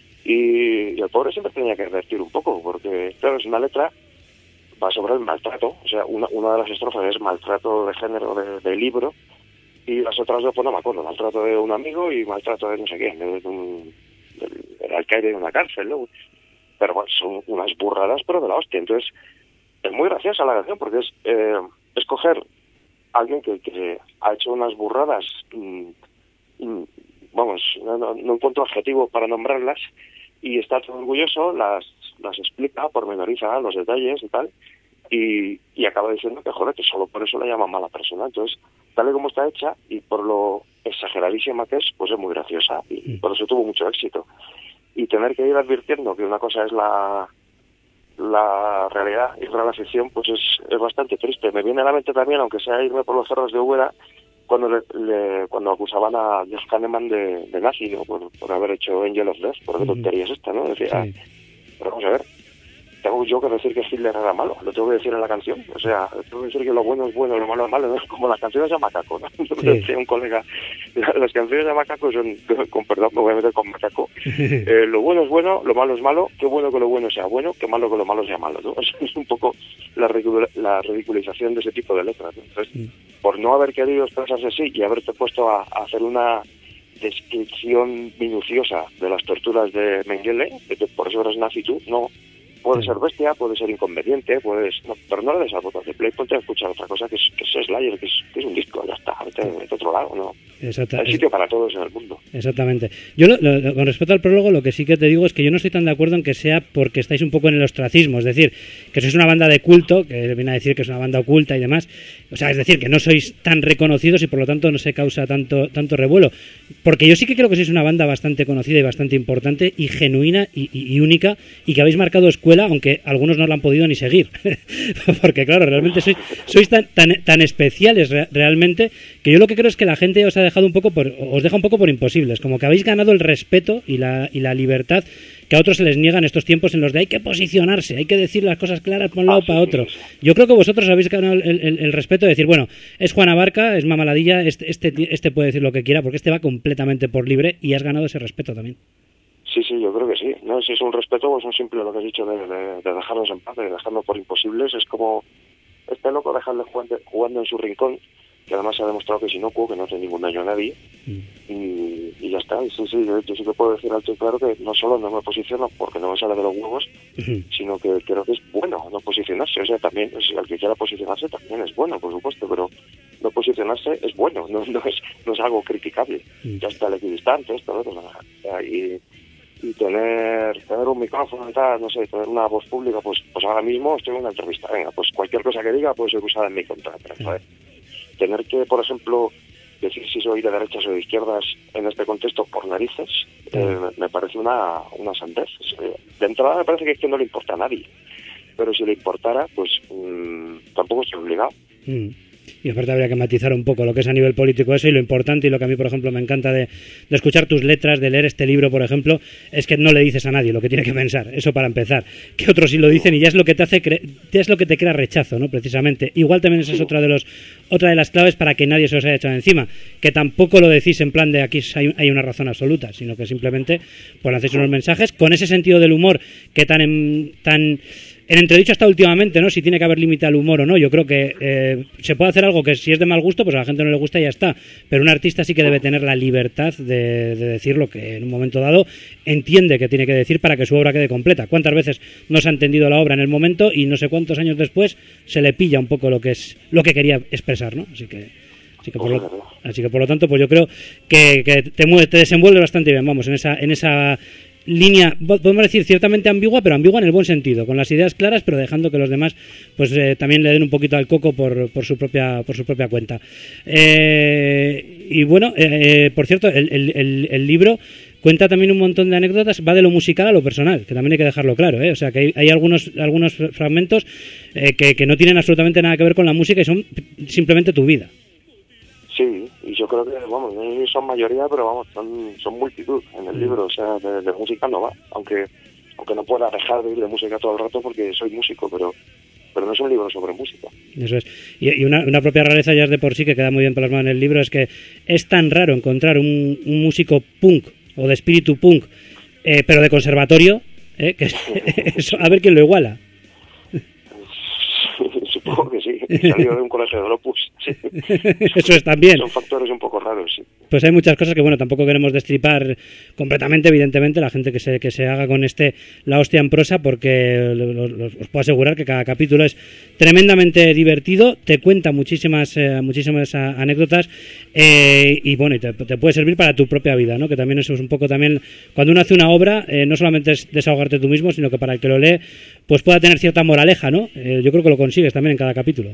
Y el pobre siempre tenía que revertir un poco, porque claro, es una letra, va sobre el maltrato, o sea, una de las estrofas es maltrato de género de libro, y las otras dos, pues no me acuerdo, maltrato de un amigo y maltrato de no sé quién, del alcaide de una cárcel, ¿no? Pero bueno, son unas burradas, pero de la hostia. Entonces, es muy graciosa la canción, porque es coger a alguien que ha hecho unas burradas, vamos, no encuentro adjetivo para nombrarlas, y está todo orgulloso, las explica, pormenoriza los detalles y tal, y acaba diciendo que joder, que solo por eso la llaman Mala Persona. Entonces, tal y como está hecha, y por lo exageradísima que es, pues es muy graciosa, y por eso tuvo mucho éxito. Y tener que ir advirtiendo que una cosa es la realidad y otra la ficción, pues es bastante triste. Me viene a la mente también, aunque sea irme por los cerros de Úbeda, cuando acusaban a Jeff Kahneman de nazi, ¿no? por haber hecho Angel of Death, por qué tontería es esta, ¿no? Decía, pero vamos a ver, tengo yo que decir que Hitler era malo, lo tengo que decir en la canción, o sea, tengo que decir que lo bueno es bueno, lo malo es malo, ¿no? Como las canciones de Macaco, ¿no? Decía un colega, las canciones de Macaco son, con perdón, me voy a meter con Macaco, lo bueno es bueno, lo malo es malo, qué bueno que lo bueno sea bueno, qué malo que lo malo sea malo, ¿no? Es un poco la ridiculización de ese tipo de letras, ¿no? Entonces, por no haber querido expresarse así y haberte puesto a hacer una descripción minuciosa de las torturas de Mengele, de que por eso eres nazi tú, no, Puede ser bestia, puede ser inconveniente, pero no le des al botón de play, ponte a escuchar otra cosa que es Slayer, que es un disco, ya está, vete a otro lado, ¿no? Hay sitio para todos en el mundo. Exactamente. Yo, con respecto al prólogo, lo que sí que te digo es que yo no estoy tan de acuerdo en que sea porque estáis un poco en el ostracismo, es decir, que sois una banda de culto, que viene a decir que es una banda oculta y demás, o sea, es decir, que no sois tan reconocidos y por lo tanto no se causa tanto revuelo, porque yo sí que creo que sois una banda bastante conocida y bastante importante y genuina y única, y que habéis marcado escuela, aunque algunos no la han podido ni seguir, porque claro, realmente sois tan especiales realmente, que yo lo que creo es que la gente os deja un poco por imposibles, como que habéis ganado el respeto y la libertad que a otros se les niega en estos tiempos en los de hay que posicionarse, hay que decir las cosas claras por un lado para otro. Yo creo que vosotros habéis ganado el respeto de decir, bueno, es Juan Abarca, es Mamaladilla, este puede decir lo que quiera, porque este va completamente por libre, y has ganado ese respeto también. Sí, yo creo que sí. No, si es un respeto, pues un simple lo que has dicho de dejarnos en paz, de dejarnos por imposibles. Es como este loco dejarle jugando en su rincón, que además se ha demostrado que es inocuo, que no hace ningún daño a nadie, y ya está. Y sí, yo sí que puedo decir alto y claro que no solo no me posiciono porque no me sale de los huevos, sino que creo que es bueno no posicionarse. O sea, también, al que quiera posicionarse también es bueno, por supuesto, pero no posicionarse es bueno, no es algo criticable. Ya está el equidistante, esto, y tener un micrófono y tal, no sé, tener una voz pública, pues ahora mismo estoy en una entrevista, venga, pues cualquier cosa que diga puede ser usada en mi contra, ¿sabes? Tener que, por ejemplo, decir si soy de derechas o de izquierdas en este contexto por narices, me parece una sandez. De entrada me parece que no le importa a nadie, pero si le importara, pues tampoco estoy obligado. Y aparte habría que matizar un poco lo que es a nivel político eso, y lo importante, y lo que a mí, por ejemplo, me encanta de escuchar tus letras, de leer este libro, por ejemplo, es que no le dices a nadie lo que tiene que pensar, eso para empezar, que otros sí lo dicen, y ya es lo que te hace ya es lo que te crea rechazo, ¿no? Precisamente. Igual también esa es otra de las claves para que nadie se os haya echado encima, que tampoco lo decís en plan de aquí hay una razón absoluta, sino que simplemente pues hacéis unos mensajes con ese sentido del humor que tan en entredicho hasta últimamente, ¿no? Si tiene que haber límite al humor o no. Yo creo que se puede hacer algo que si es de mal gusto, pues a la gente no le gusta y ya está. Pero un artista sí que debe tener la libertad de decir lo que en un momento dado entiende que tiene que decir para que su obra quede completa. ¿Cuántas veces no se ha entendido la obra en el momento y no sé cuántos años después se le pilla un poco lo que quería expresar, ¿no? Así que por lo tanto, pues yo creo que te desenvuelves bastante bien, vamos, en esa línea, podemos decir, ciertamente ambigua, pero ambigua en el buen sentido, con las ideas claras, pero dejando que los demás pues también le den un poquito al coco por su propia cuenta. Y bueno, por cierto, el libro cuenta también un montón de anécdotas, va de lo musical a lo personal, que también hay que dejarlo claro, ¿eh? O sea, que hay algunos fragmentos que no tienen absolutamente nada que ver con la música y son simplemente tu vida. Sí, y yo creo que, vamos, no son mayoría, pero vamos, son multitud en el libro, o sea, de música no va, aunque no pueda dejar de ir de música todo el rato porque soy músico, pero no es un libro sobre música. Eso es. Y una propia rareza ya es de por sí, que queda muy bien plasmado en el libro, es que es tan raro encontrar un músico punk o de espíritu punk, pero de conservatorio, que eso, a ver quién lo iguala. Supongo que sí, he salido de un colegio de Opus. Sí. Eso es también. Son factores un poco raros, sí. Pues hay muchas cosas que, bueno, tampoco queremos destripar completamente, evidentemente, la gente que se haga con La Hostia en Prosa, porque os puedo asegurar que cada capítulo es tremendamente divertido, te cuenta muchísimas anécdotas, y bueno, y te puede servir para tu propia vida, ¿no? Que también eso es un poco también, cuando uno hace una obra, no solamente es desahogarte tú mismo, sino que para el que lo lee, pues pueda tener cierta moraleja, ¿no? Yo creo que lo consigues también en cada capítulo.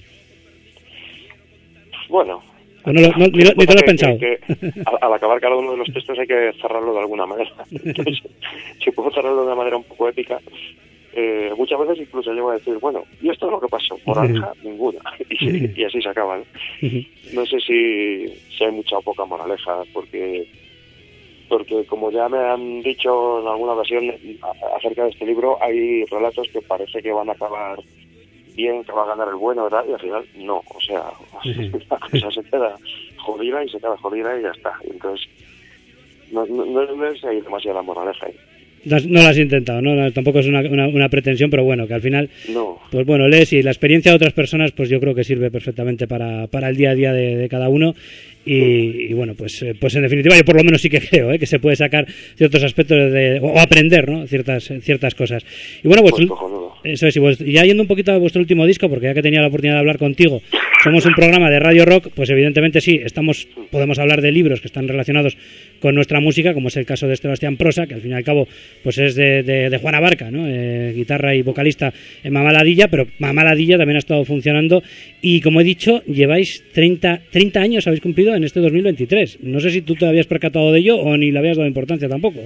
Bueno, ni te lo has pensado. Que al acabar cada uno de los textos hay que cerrarlo de alguna manera. Entonces, si puedo cerrarlo de una manera un poco épica, muchas veces incluso llego a decir, bueno, y esto es lo que pasó, moraleja ninguna, y así se acaba, ¿no? No sé si hay mucha o poca moraleja, porque como ya me han dicho en alguna ocasión acerca de este libro, hay relatos que parece que van a acabar bien, que va a ganar el bueno, ¿verdad? Y al final no, o sea, la cosa se queda jodida y y ya está. Entonces no es ahí demasiada moraleja ahí. No lo has intentado, ¿no? Tampoco es una pretensión, pero bueno, que al final no. pues bueno, lees y la experiencia de otras personas, pues yo creo que sirve perfectamente para el día a día de cada uno. Y bueno, pues en definitiva yo por lo menos sí que creo que se puede sacar ciertos aspectos o aprender, ¿no? ciertas cosas. Y bueno, pues eso es, y ya yendo un poquito a vuestro último disco, porque ya que tenía la oportunidad de hablar contigo, somos un programa de Radio Rock, pues evidentemente sí, podemos hablar de libros que están relacionados con nuestra música, como es el caso de Sebastián Prosa, que al fin y al cabo pues es de Juana Barca, ¿no? Guitarra y vocalista en Mamá Ladilla, pero Mamá Ladilla también ha estado funcionando y como he dicho, lleváis 30 años, habéis cumplido en este 2023. No sé si tú te habías percatado de ello o ni le habías dado importancia tampoco.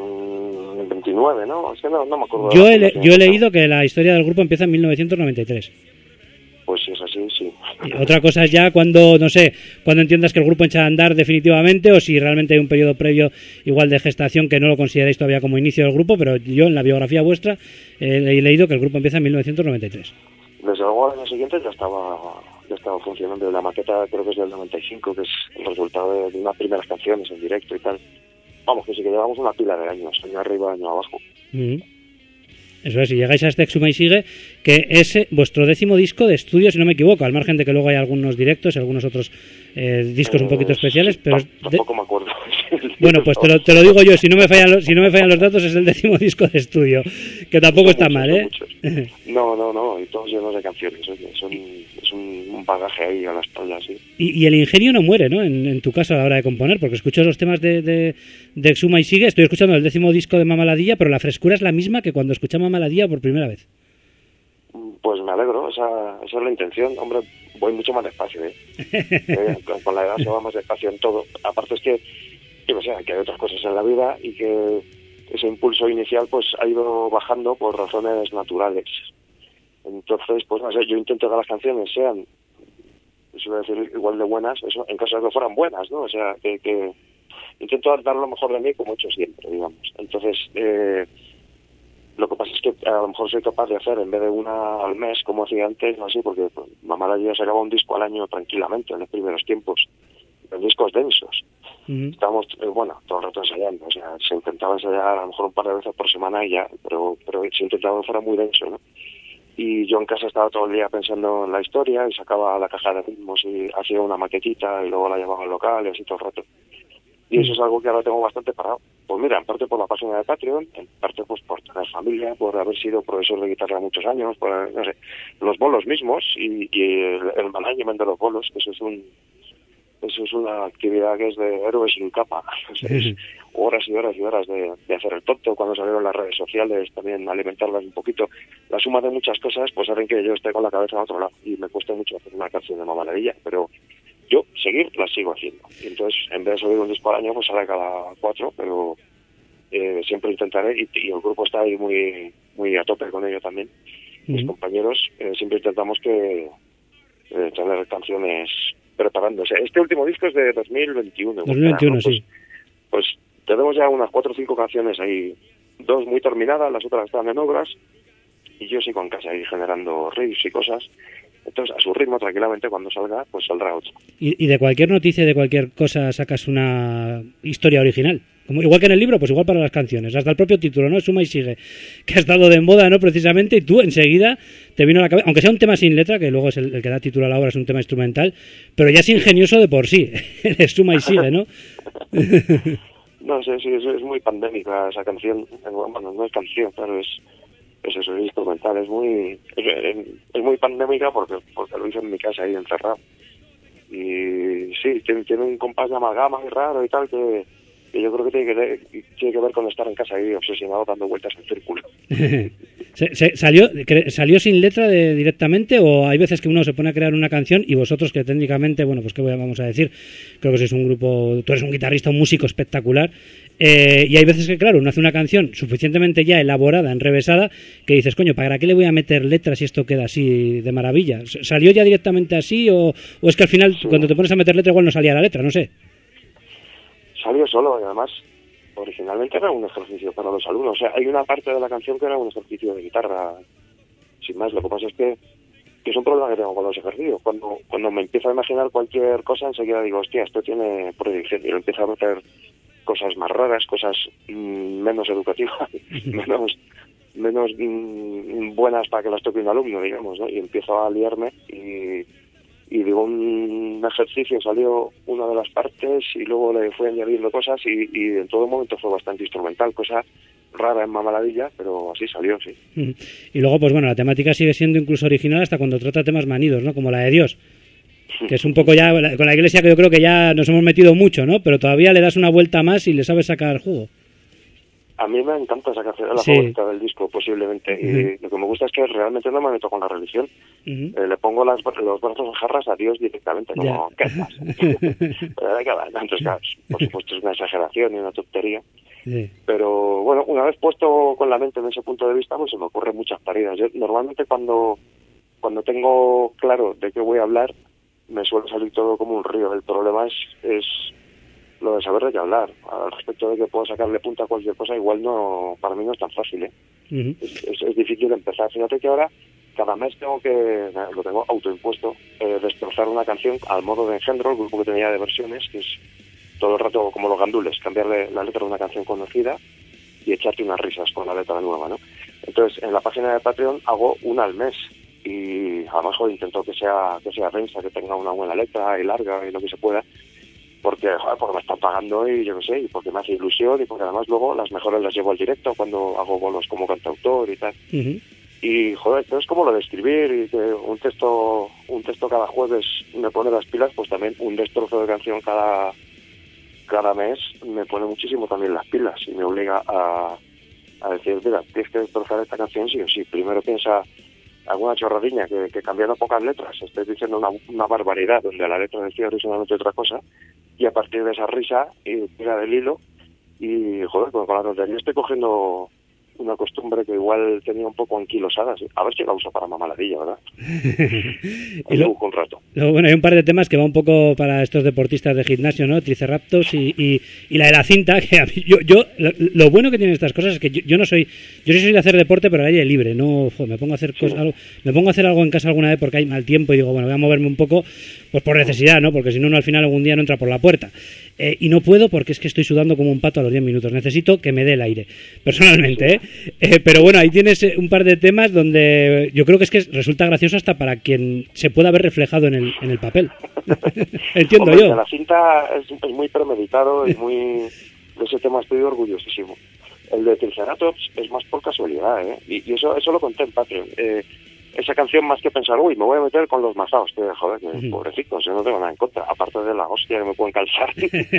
29, ¿no? Es que no me acuerdo. Yo he leído que la historia del grupo empieza en 1993. Pues si es así, sí. Y otra cosa es ya cuando entiendas que el grupo echa a andar definitivamente o si realmente hay un periodo previo igual de gestación que no lo consideráis todavía como inicio del grupo, pero yo en la biografía vuestra he leído que el grupo empieza en 1993. Desde luego al año siguiente ya estaba funcionando. La maqueta creo que es del 95, que es el resultado de unas primeras canciones en directo y tal. Vamos, que sí que llevamos una pila de años, año arriba, año abajo. Eso es, si llegáis a este Exuma y Sigue, que es vuestro 10º disco de estudio, si no me equivoco, al margen de que luego hay algunos directos y algunos otros discos un poquito especiales, sí, pero tampoco me acuerdo. Bueno, pues te lo digo yo, si no me fallan los datos, es el 10º disco de estudio, que tampoco está mal, ¿eh? No, y todos llenos de canciones, es un bagaje ahí a la espalda, sí. Y el ingenio no muere, ¿no? En tu caso a la hora de componer, porque escucho los temas de Exuma y Sigue, estoy escuchando el 10º disco de Mamá Ladilla, pero la frescura es la misma que cuando escuché Mamá Ladilla por primera vez. Pues me alegro, esa es la intención. Hombre, voy mucho más despacio, con la edad se va más despacio en todo. Aparte es que hay otras cosas en la vida y que ese impulso inicial pues ha ido bajando por razones naturales. Entonces, pues no sé, yo intento que las canciones sean, se voy a decir, igual de buenas, eso, en caso de que fueran buenas, ¿no? O sea, que intento dar lo mejor de mí como he hecho siempre, digamos. Entonces, lo que pasa es que a lo mejor soy capaz de hacer en vez de una al mes, como hacía antes, no así, porque pues, Mamá Ladilla sacaba un disco al año tranquilamente en los primeros tiempos, en discos densos. Estábamos, todo el rato ensayando, o sea, se intentaba ensayar a lo mejor un par de veces por semana y ya, pero se intentaba que fuera muy denso, ¿no? Y yo en casa estaba todo el día pensando en la historia y sacaba la caja de ritmos y hacía una maquetita y luego la llevaba al local y así todo el rato. Y eso es algo que ahora tengo bastante parado. Pues mira, en parte por la página de Patreon, en parte pues por tener familia, por haber sido profesor de guitarra muchos años, por, no sé, los bolos mismos y el management de los bolos, que eso es una actividad que es de héroes sin capa. O sea, es horas y horas y horas de hacer el tonto. Cuando salieron las redes sociales, también alimentarlas un poquito. La suma de muchas cosas pues hacen que yo esté con la cabeza a otro lado y me cuesta mucho hacer una canción de Mamá Ladilla, pero yo la sigo haciendo. Y entonces, en vez de subir un disco al año, pues sale cada 4, pero siempre intentaré, y el grupo está ahí muy muy a tope con ello también. Mis compañeros siempre intentamos que tener canciones preparándose. Este último disco es de 2021. 2021, sí. Pues tenemos ya unas 4 o 5 canciones ahí, 2 muy terminadas, las otras están en obras, y yo sigo en casa ahí generando riffs y cosas. Entonces, a su ritmo, tranquilamente, cuando salga, pues saldrá otro. Y de cualquier noticia, de cualquier cosa, sacas una historia original. Como, igual que en el libro, pues igual para las canciones. Hasta el propio título, ¿no? Suma y Sigue, que ha estado de moda, ¿no? Precisamente, y tú enseguida te vino a la cabeza, aunque sea un tema sin letra, que luego es el que da título a la obra, es un tema instrumental, pero ya es ingenioso de por sí. Es Suma y Sigue, ¿no? No sé, sí, es muy pandémica esa canción. Bueno, no es canción, pero es eso, es instrumental, es muy pandémica porque lo hice en mi casa ahí encerrado. Y sí, tiene un compás de amalgama muy raro y tal que yo creo que tiene que ver con estar en casa ahí obsesionado dando vueltas en círculo. ¿Salió sin letra directamente o hay veces que uno se pone a crear una canción y vosotros que técnicamente, bueno, pues qué vamos a decir, creo que sois un grupo, tú eres un guitarrista, un músico espectacular, y hay veces que, claro, uno hace una canción suficientemente ya elaborada, enrevesada, que dices, coño, ¿para qué le voy a meter letras si esto queda así de maravilla? ¿Salió ya directamente así o es que al final cuando te pones a meter letra igual no salía la letra? No sé. Salió solo y además originalmente era un ejercicio para los alumnos. O sea, hay una parte de la canción que era un ejercicio de guitarra, sin más. Lo que pasa es que es un problema que tengo con los ejercicios. Cuando me empiezo a imaginar cualquier cosa, enseguida digo, hostia, esto tiene proyección. Y lo empiezo a meter cosas más raras, cosas menos educativas, buenas para que las toque un alumno, digamos, ¿no? Y empiezo a liarme y de un ejercicio salió una de las partes y luego le fui añadiendo cosas y en todo momento fue bastante instrumental, cosa rara en Mamaladilla, pero así salió, sí. Y luego, pues bueno, la temática sigue siendo incluso original hasta cuando trata temas manidos, ¿no? Como la de Dios, que es un poco ya, con la Iglesia que yo creo que ya nos hemos metido mucho, ¿no? Pero todavía le das una vuelta más y le sabes sacar jugo. A mí me encanta esa canción, es la Sí. favorita del disco, posiblemente. Y lo que me gusta es que realmente no me meto con la religión. Le pongo los brazos en jarras a Dios directamente, como, ¿qué pasa? Pero de qué va. Entonces, claro, por supuesto es una exageración y una tontería. Sí. Pero bueno, una vez puesto con la mente en ese punto de vista, pues se me ocurren muchas paridas. Yo normalmente cuando tengo claro de qué voy a hablar, me suele salir todo como un río. El problema es lo de saber de qué hablar. Al respecto de que puedo sacarle punta a cualquier cosa, igual no, para mí no es tan fácil, ¿eh? Es difícil empezar. Fíjate que ahora cada mes tengo que, lo tengo autoimpuesto, destrozar una canción al modo de Engendro, el grupo que tenía de versiones, que es todo el rato como los gandules, cambiarle la letra de una canción conocida y echarte unas risas con la letra nueva, ¿no? Entonces, en la página de Patreon hago una al mes y además intento que sea densa, que tenga una buena letra y larga y lo que se pueda, porque me están pagando y yo qué sé, y porque me hace ilusión y porque además luego las mejores las llevo al directo cuando hago bolos como cantautor y tal. Y joder, entonces como lo de escribir y que un texto cada jueves me pone las pilas, pues también un destrozo de canción cada mes me pone muchísimo también las pilas y me obliga a decir, mira, tienes que destrozar esta canción sí o sí. Primero piensa alguna chorradilla que cambiando pocas letras estés diciendo una barbaridad donde la letra decía originalmente otra cosa, y a partir de esa risa tira del hilo y joder, con la tontería estoy cogiendo una costumbre que igual tenía un poco anquilosada, ¿sí? A ver si la uso para Mamaladilla, ¿verdad? Y luego, un rato. Luego, bueno, hay un par de temas que va un poco para estos deportistas de gimnasio, ¿no? Triceratops y la de la cinta, que a mí, yo lo bueno que tienen estas cosas es que yo soy de hacer deporte, pero al aire libre, no, me pongo a hacer me pongo a hacer algo en casa alguna vez porque hay mal tiempo y digo, bueno, voy a moverme un poco, pues por necesidad, ¿no? Porque si no, al final algún día no entra por la puerta. Y no puedo porque es que estoy sudando como un pato a los 10 minutos. Necesito que me dé el aire, personalmente, ¿eh? Pero bueno, ahí tienes un par de temas donde yo creo que es que resulta gracioso hasta para quien se pueda ver reflejado en el papel. Entiendo. Hombre, yo. La cinta es muy premeditado y muy... De ese tema estoy orgullosísimo. El de Triceratops es más por casualidad, ¿eh? Y eso lo conté en Patreon. Esa canción, más que pensar, uy, me voy a meter con los mazaos, que joder, que pobrecitos, yo no tengo nada en contra, aparte de la hostia que me pueden calzar.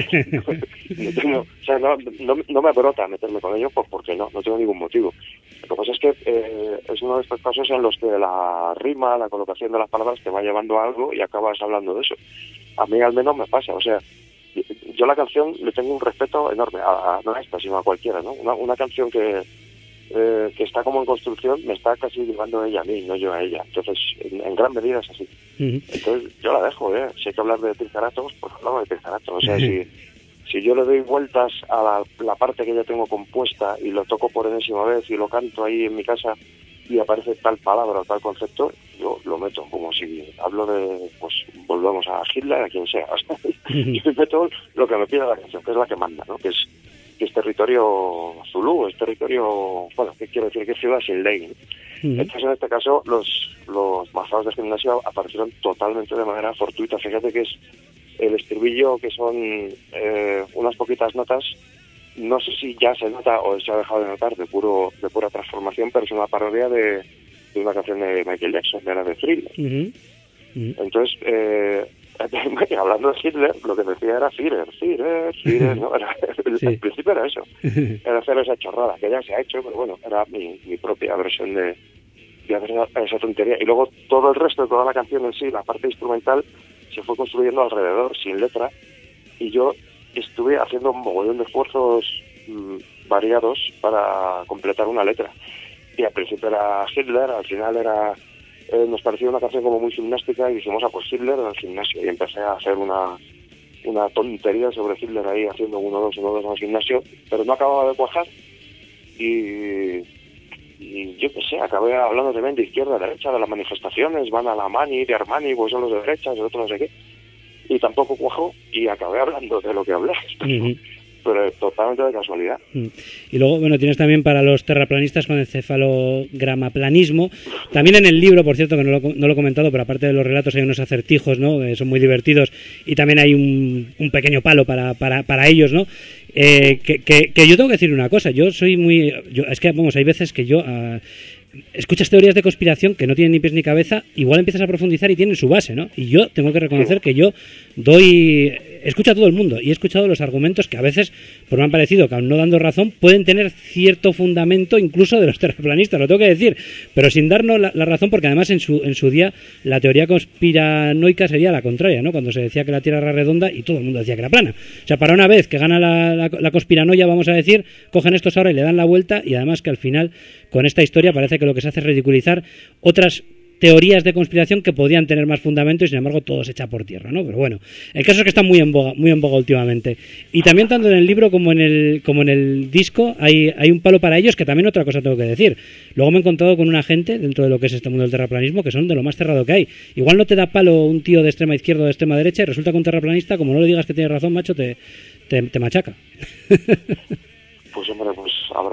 No me brota meterme con ellos porque no tengo ningún motivo. Lo que pasa es que es uno de estos casos en los que la rima, la colocación de las palabras te va llevando a algo y acabas hablando de eso. A mí al menos me pasa, o sea, yo la canción le tengo un respeto enorme, no a esta, sino a cualquiera, ¿no? Una canción que está como en construcción, me está casi llevando ella a mí, no yo a ella. Entonces, en gran medida es así. Entonces, yo la dejo, Si hay que hablar de Triceratops, pues hablamos de Triceratops. O sea, si yo le doy vueltas a la parte que ya tengo compuesta y lo toco por enésima vez y lo canto ahí en mi casa y aparece tal palabra o tal concepto, yo lo meto, como si hablo de, pues, volvamos a Hitler, a quien sea. Yo meto lo que me pida la canción, que es la que manda, ¿no? Que es territorio zulú, es territorio, bueno, ¿qué quiero decir? Que es ciudad sin ley. Entonces, en este caso, los mazaos de gimnasio aparecieron totalmente de manera fortuita. Fíjate que es el estribillo, que son unas poquitas notas, no sé si ya se nota o se ha dejado de notar de pura transformación, pero es una parodia de una canción de Michael Jackson, de la de Thriller. Entonces, hablando de Hitler, lo que decía era Führer, ¿no? Al principio era eso, era hacer esa chorrada, que ya se ha hecho, pero bueno, era mi propia versión de hacer esa tontería. Y luego todo el resto de toda la canción en sí, la parte instrumental, se fue construyendo alrededor, sin letra, y yo estuve haciendo un mogollón de esfuerzos variados para completar una letra. Y al principio era Hitler, al final era... nos parecía una canción como muy gimnástica y dijimos, pues Hitler en el gimnasio. Y empecé a hacer una tontería sobre Hitler ahí, haciendo 1-2 en el gimnasio, pero no acababa de cuajar. Y yo qué sé, acabé hablando también de izquierda a derecha, de las manifestaciones, van a la Mani, de Armani, pues son los de derecha, el otro no sé qué. Y tampoco cuajó, y acabé hablando de lo que hablé. Pero totalmente de casualidad. Y luego, bueno, tienes también para los terraplanistas con el cefalogramaplanismo. También en el libro, por cierto, que no lo he comentado, pero aparte de los relatos hay unos acertijos, ¿no? Son muy divertidos y también hay un pequeño palo para ellos, ¿no? Que yo tengo que decir una cosa, es que, vamos, hay veces que yo... escuchas teorías de conspiración que no tienen ni pies ni cabeza, igual empiezas a profundizar y tienen su base, ¿no? Y yo tengo que reconocer que yo escucho a todo el mundo y he escuchado los argumentos que a veces, pues me han parecido que aun no dando razón, pueden tener cierto fundamento incluso de los terraplanistas, lo tengo que decir, pero sin darnos la razón, porque además en su día la teoría conspiranoica sería la contraria, ¿no? Cuando se decía que la Tierra era redonda y todo el mundo decía que era plana. O sea, para una vez que gana la conspiranoia, vamos a decir, cogen estos ahora y le dan la vuelta, y además que al final, con esta historia, parece que lo que se hace es ridiculizar otras teorías de conspiración que podían tener más fundamento y sin embargo todo se echa por tierra, ¿no? Pero bueno, el caso es que está muy en boga últimamente. Y también tanto en el libro como en el disco hay un palo para ellos, que también otra cosa tengo que decir. Luego me he encontrado con una gente dentro de lo que es este mundo del terraplanismo que son de lo más cerrado que hay. Igual no te da palo un tío de extrema izquierda o de extrema derecha y resulta que un terraplanista, como no le digas que tiene razón, macho, te machaca. Pues hombre, pues habrá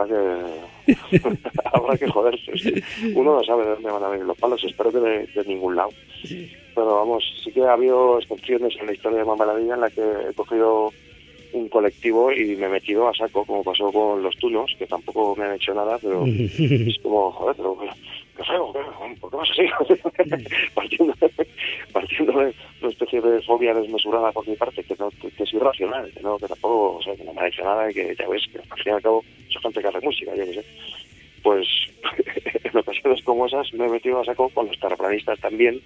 que joderse. Uno no sabe de dónde van a venir los palos, espero que de ningún lado. Pero vamos, sí que ha habido excepciones en la historia de Mamaladilla en la que he cogido un colectivo y me he metido a saco, como pasó con los tunos, que tampoco me han hecho nada, pero es como, joder, pero qué feo, ¿por qué vas así? partiendo de una especie de fobia desmesurada por mi parte, que es irracional, que tampoco, o sea, que no me ha hecho nada y que ya ves que al fin y al cabo soy gente que hace música, yo qué sé. Pues en ocasiones como esas me he metido a saco con los terraplanistas también,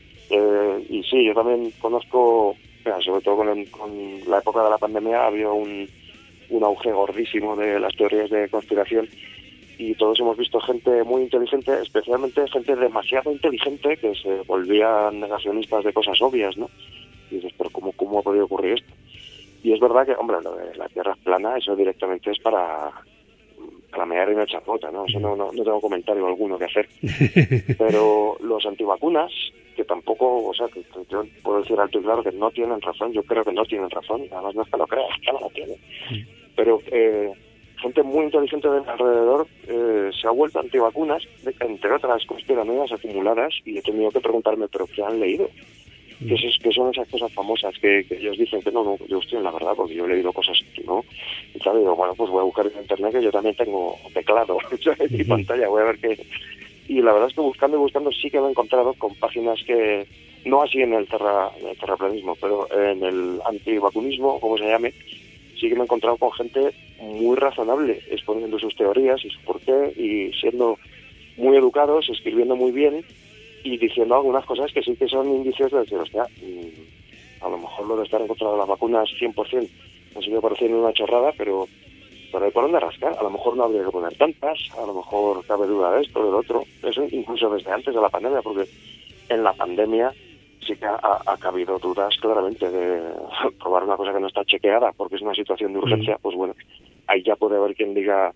y sí, yo también conozco, sobre todo con la época de la pandemia, había un auge gordísimo de las teorías de conspiración y todos hemos visto gente muy inteligente, especialmente gente demasiado inteligente que se volvían negacionistas de cosas obvias, ¿no? Y dices, pero ¿cómo ha podido ocurrir esto? Y es verdad que, hombre, lo de la Tierra es plana, eso directamente es para mear y no echar gota, ¿no? Eso no tengo comentario alguno que hacer. Pero los antivacunas, que tampoco, o sea, que yo puedo decir alto y claro que no tienen razón, yo creo que no tienen razón, además no es que lo creas, que no lo tienen. Pero gente muy inteligente de mi alrededor se ha vuelto antivacunas, entre otras conspiranoias acumuladas, y he tenido que preguntarme, ¿pero qué han leído? ¿Qué son esas cosas famosas que ellos dicen que no, yo estoy en la verdad, porque yo he leído cosas que no? Y claro, digo, bueno, pues voy a buscar en internet, que yo también tengo teclado en mi pantalla, voy a ver qué... Y la verdad es que buscando sí que me he encontrado con páginas que, no así en el terraplanismo, pero en el antivacunismo, como se llame, sí que me he encontrado con gente muy razonable, exponiendo sus teorías y su porqué, y siendo muy educados, escribiendo muy bien, y diciendo algunas cosas que sí que son indicios de decir, hostia, a lo mejor lo de estar en contra de las vacunas 100% me sigue pareciendo una chorrada, pero hay por dónde rascar. A lo mejor no habría que poner tantas, a lo mejor cabe duda de esto, del otro. Eso incluso desde antes de la pandemia, porque en la pandemia sí que ha cabido dudas claramente de probar una cosa que no está chequeada porque es una situación de urgencia. Pues bueno, ahí ya puede haber quien diga,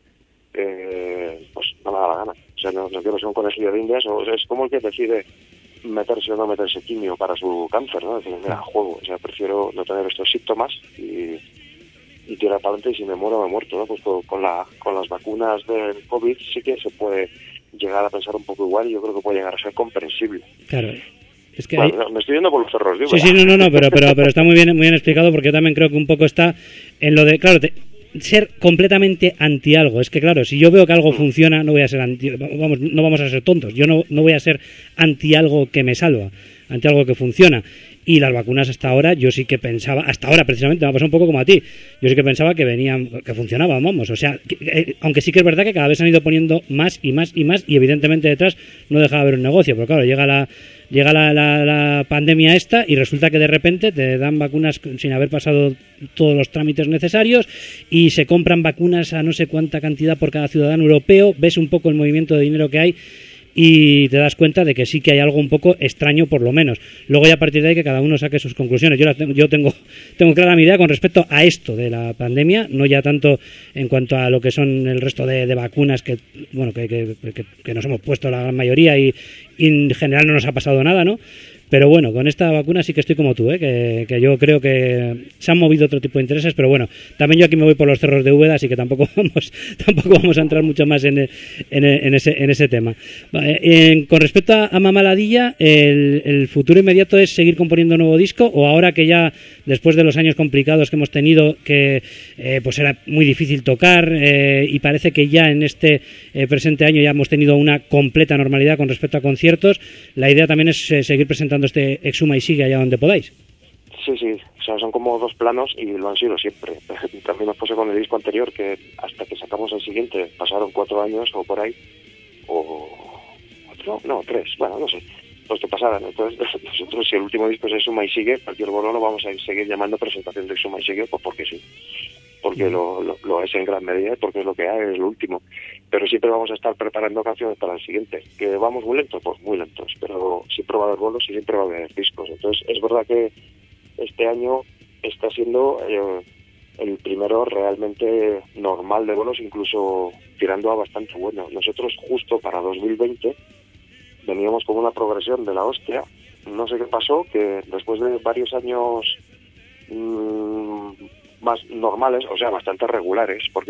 pues no me da la gana. O sea, no quiero ser un conejillo de indias, o es como el que decide meterse o no meterse quimio para su cáncer, ¿no? Decir, mira, juego, o sea, prefiero no tener estos síntomas y tirar para adelante, y si me muero, me he muerto, ¿no? Pues con las vacunas del COVID sí que se puede llegar a pensar un poco igual, y yo creo que puede llegar a ser comprensible. Claro. Es que bueno, me estoy yendo por los cerros, digo. Sí, no, pero está muy bien explicado, porque yo también creo que un poco está en lo de, claro, ser completamente anti algo. Es que claro, si yo veo que algo funciona, no voy a ser no vamos a ser tontos. Yo no voy a ser anti algo que me salva, anti algo que funciona. Y las vacunas hasta ahora, yo sí que pensaba, hasta ahora precisamente, me ha pasado un poco como a ti, yo sí que pensaba que funcionaban, vamos, o sea, aunque sí que es verdad que cada vez se han ido poniendo más y más y más, y evidentemente detrás no deja de haber un negocio, pero claro, llega la pandemia esta y resulta que de repente te dan vacunas sin haber pasado todos los trámites necesarios, y se compran vacunas a no sé cuánta cantidad por cada ciudadano europeo, ves un poco el movimiento de dinero que hay, y te das cuenta de que sí que hay algo un poco extraño, por lo menos. Luego ya a partir de ahí que cada uno saque sus conclusiones. Yo tengo clara mi idea con respecto a esto de la pandemia, no ya tanto en cuanto a lo que son el resto de vacunas que nos hemos puesto la gran mayoría y en general no nos ha pasado nada, ¿no? Pero bueno, con esta vacuna sí que estoy como tú, que yo creo que se han movido otro tipo de intereses, pero bueno, también yo aquí me voy por los cerros de Úbeda, así que tampoco vamos a entrar mucho más en ese tema. Con respecto a Mamaladilla, ¿el futuro inmediato es seguir componiendo nuevo disco, o ahora que ya después de los años complicados que hemos tenido, que pues era muy difícil tocar, y parece que ya en este presente año ya hemos tenido una completa normalidad con respecto a conciertos, la idea también es seguir presentando este Exhuma y Sigue allá donde podáis? Sí, o sea, son como dos planos y lo han sido siempre. También nos pasó con el disco anterior, que hasta que sacamos el siguiente pasaron 4 años o por ahí, o 4, no, 3, bueno, no sé, los que pasaran. Entonces nosotros, si el último disco es Exhuma y Sigue, cualquier bolo lo vamos a seguir llamando presentación de Exhuma y Sigue, pues porque sí, porque lo es en gran medida, porque es lo que hay, es lo último. Pero siempre vamos a estar preparando canciones para el siguiente. ¿Que vamos muy lentos? Pues muy lentos, pero siempre va a haber bolos y siempre va a haber discos. Entonces es verdad que este año está siendo el primero realmente normal de bolos, incluso tirando a bastante bueno. Nosotros justo para 2020 veníamos con una progresión de la hostia. No sé qué pasó, que después de varios años más normales, o sea, bastante regulares, porque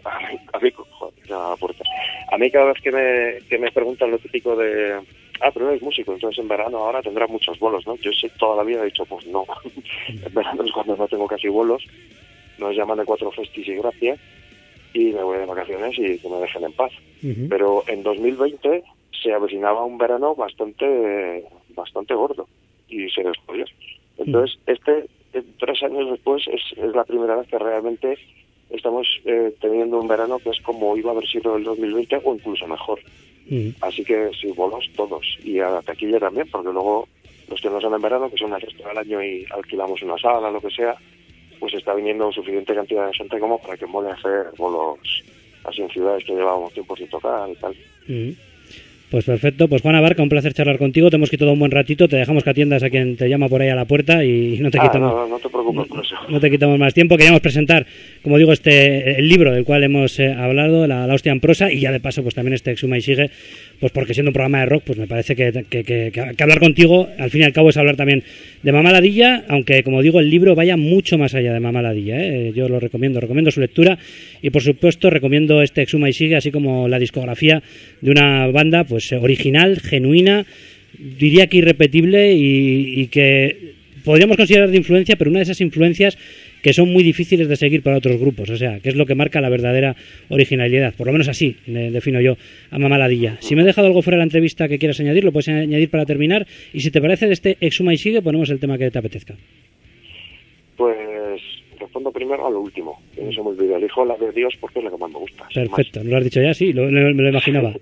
a mí cada vez que me preguntan lo típico de pero eres músico, entonces en verano ahora tendrás muchos bolos, ¿no? Yo toda la vida he dicho, pues no, en verano es cuando no tengo casi bolos, nos llaman de 4 festis y gracias, y me voy de vacaciones y que me dejen en paz. Pero en 2020 se avecinaba un verano bastante gordo, y se descubrió. Entonces, 3 años después es la primera vez que realmente estamos teniendo un verano que es como iba a haber sido el 2020 o incluso mejor. Así que sí, bolos todos, y a la taquilla también, porque luego los que no son en verano, que son el resto del año y alquilamos una sala, lo que sea, pues está viniendo suficiente cantidad de gente como para que mole hacer bolos así en ciudades que llevábamos tiempo sin tocar y tal. Pues perfecto, pues Juan Abarca, un placer charlar contigo, te hemos quitado un buen ratito, te dejamos que atiendas a quien te llama por ahí a la puerta y no te quitamos... No te preocupes por eso. No te quitamos más tiempo, queríamos presentar, como digo, el libro del cual hemos hablado, la hostia en prosa, y ya de paso pues también este Exhuma y Sigue, pues porque siendo un programa de rock, pues me parece que hablar contigo, al fin y al cabo, es hablar también de Mamaladilla, aunque como digo, el libro vaya mucho más allá de Mamaladilla, yo lo recomiendo su lectura, y por supuesto recomiendo este Exhuma y Sigue, así como la discografía de una banda pues original, genuina, diría que irrepetible, y que podríamos considerar de influencia, pero una de esas influencias que son muy difíciles de seguir para otros grupos, o sea, que es lo que marca la verdadera originalidad, por lo menos así defino yo a Mamaladilla. Si me he dejado algo fuera de la entrevista que quieras añadir, lo puedes añadir para terminar, y si te parece, de este Exhuma y Sigue ponemos el tema que te apetezca. Pues respondo primero a lo último, que no se me olvida. Elijo la de Dios porque es la que más me gusta. Perfecto, ¿no lo has dicho ya? Sí, me lo imaginaba.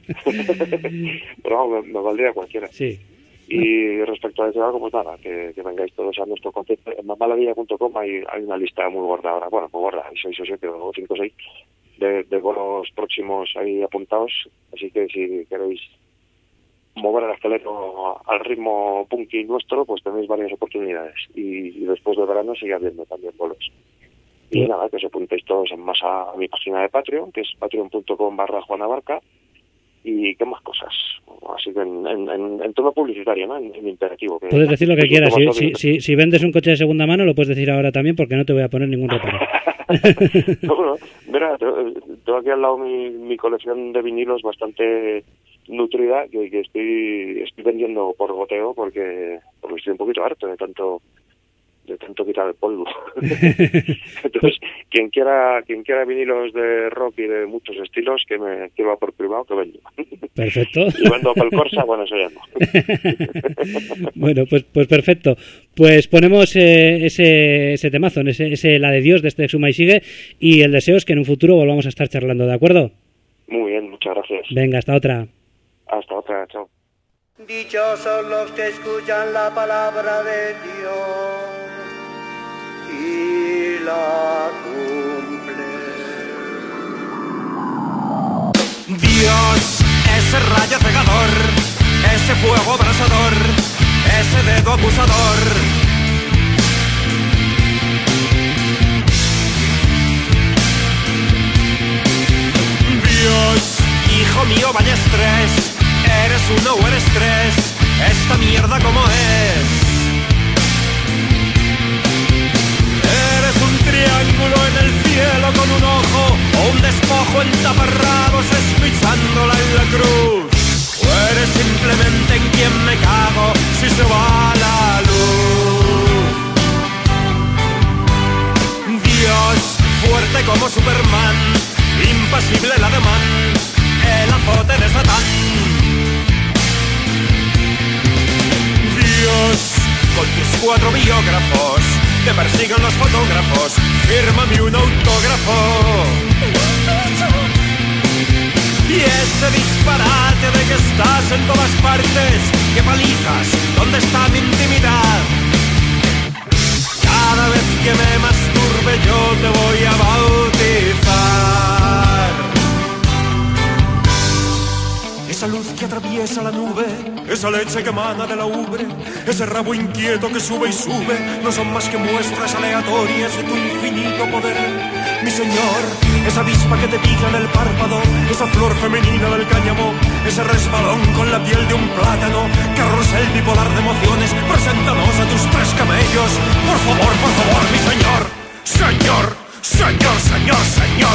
Pero vamos, me valdría cualquiera. Sí. Y respecto a decir algo, pues nada, que vengáis todos a nuestro concierto. En mamaladilla.com hay una lista muy gorda ahora, bueno, muy gorda, hay 6 o 7 o 5 o 6 de bolos próximos ahí apuntados, así que si queréis mover el esqueleto al ritmo punky nuestro, pues tenéis varias oportunidades, y después de verano sigue habiendo también bolos. Y nada, que os apuntéis todos en masa a mi página de Patreon, que es patreon.com/JuanAbarca. ¿Y qué más cosas? Así que en tono publicitario, ¿no? En imperativo. Que puedes decir lo que quieras. Si vendes un coche de segunda mano, lo puedes decir ahora también, porque no te voy a poner ningún reparo. Bueno, mira, tengo aquí al lado mi colección de vinilos bastante nutrida, que estoy vendiendo por goteo, porque estoy un poquito harto de tanto quitar el polvo. Entonces, quien quiera vinilos de rock y de muchos estilos, que me va por privado, que vendo. Perfecto. Y vendo por Corsa, bueno, eso ya no. Bueno, pues perfecto. Pues ponemos ese temazo, ese la de Dios de este Exhuma y Sigue, y el deseo es que en un futuro volvamos a estar charlando, ¿de acuerdo? Muy bien, muchas gracias. Venga, hasta otra. Hasta otra, chao. Dichosos los que escuchan la palabra de Dios y la cumplen. Dios, ese rayo cegador, ese fuego abrasador, ese dedo acusador. Dios, hijo mío, vaya estrés, eres uno o eres tres, esta mierda como es. Eres un triángulo en el cielo con un ojo, o un despojo en taparrabos espichándola en la cruz. O eres simplemente en quien me cago si se va la luz. Dios, fuerte como Superman, impasible el ademán, el azote de Satán. Dios, con tus 4 biógrafos, te persigan los fotógrafos, fírmame un autógrafo. Y ese disparate de que estás en todas partes, que palizas, ¿dónde está mi intimidad? Cada vez que me masturbe yo te voy a bautizar. Esa luz que atraviesa la nube, esa leche que emana de la ubre, ese rabo inquieto que sube y sube, no son más que muestras aleatorias de tu infinito poder. Mi señor, esa avispa que te pica en el párpado, esa flor femenina del cáñamo, ese resbalón con la piel de un plátano, carrusel bipolar de emociones, preséntanos a tus 3 camellos. Por favor, mi señor. Señor, señor, señor, señor.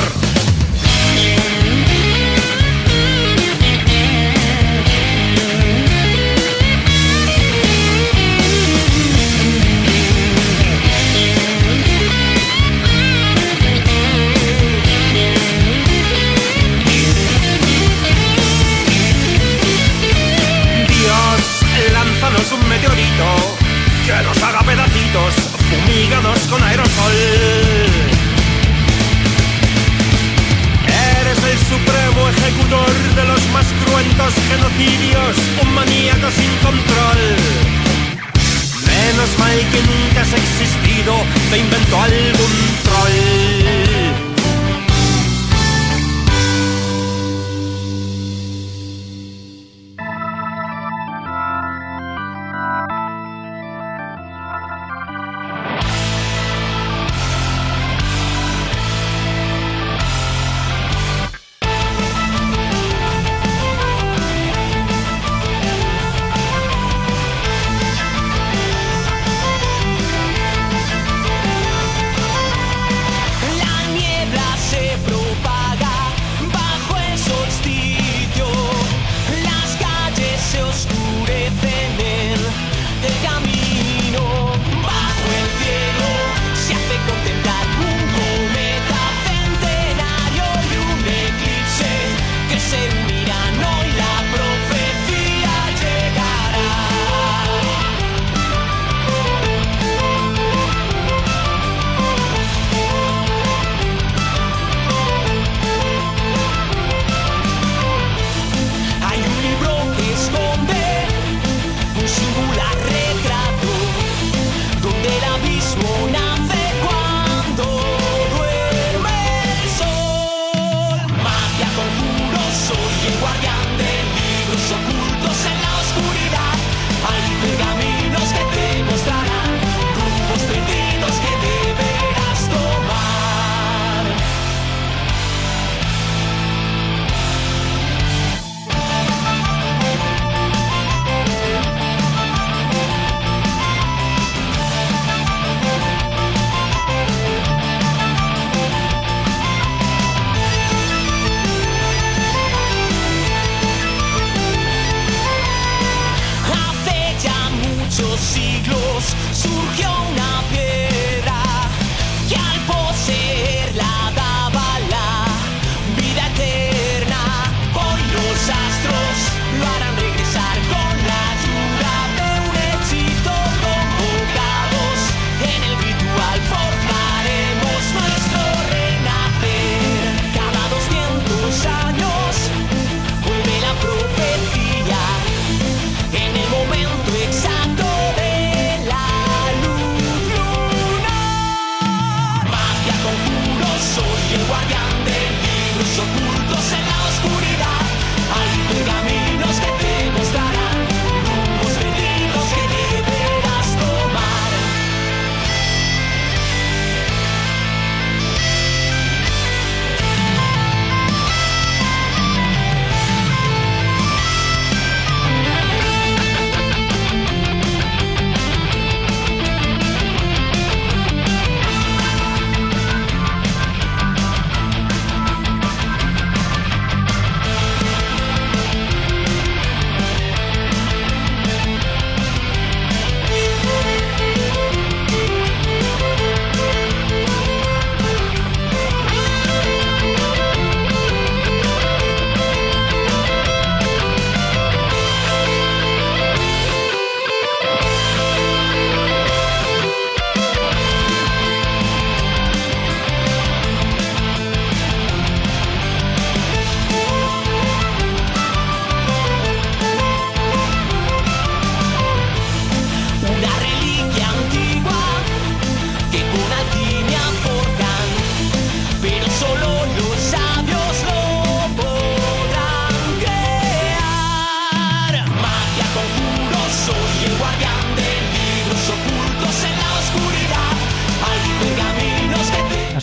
Lánzanos un meteorito que nos haga pedacitos, fumíganos con aerosol. Eres el supremo ejecutor de los más cruentos genocidios, un maníaco sin control. Menos mal que nunca has existido, te inventó algún troll.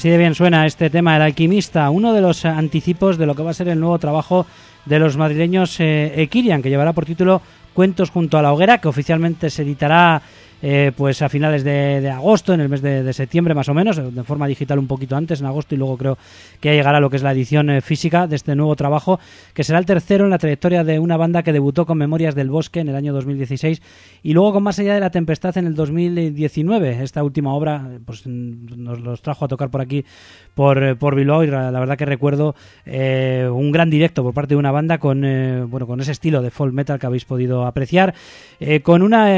Así de bien suena este tema, El alquimista, uno de los anticipos de lo que va a ser el nuevo trabajo de los madrileños Kirian, que llevará por título Cuentos junto a la hoguera, que oficialmente se editará pues a finales de agosto, en el mes de septiembre más o menos, de forma digital un poquito antes, en agosto, y luego creo que ya llegará lo que es la edición física de este nuevo trabajo, que será el tercero en la trayectoria de una banda que debutó con Memorias del Bosque en el año 2016 y luego con Más allá de la tempestad en el 2019. Esta última obra pues nos los trajo a tocar por aquí, por Bilbao, y la verdad que recuerdo un gran directo por parte de una banda con con ese estilo de folk metal que habéis podido apreciar, con una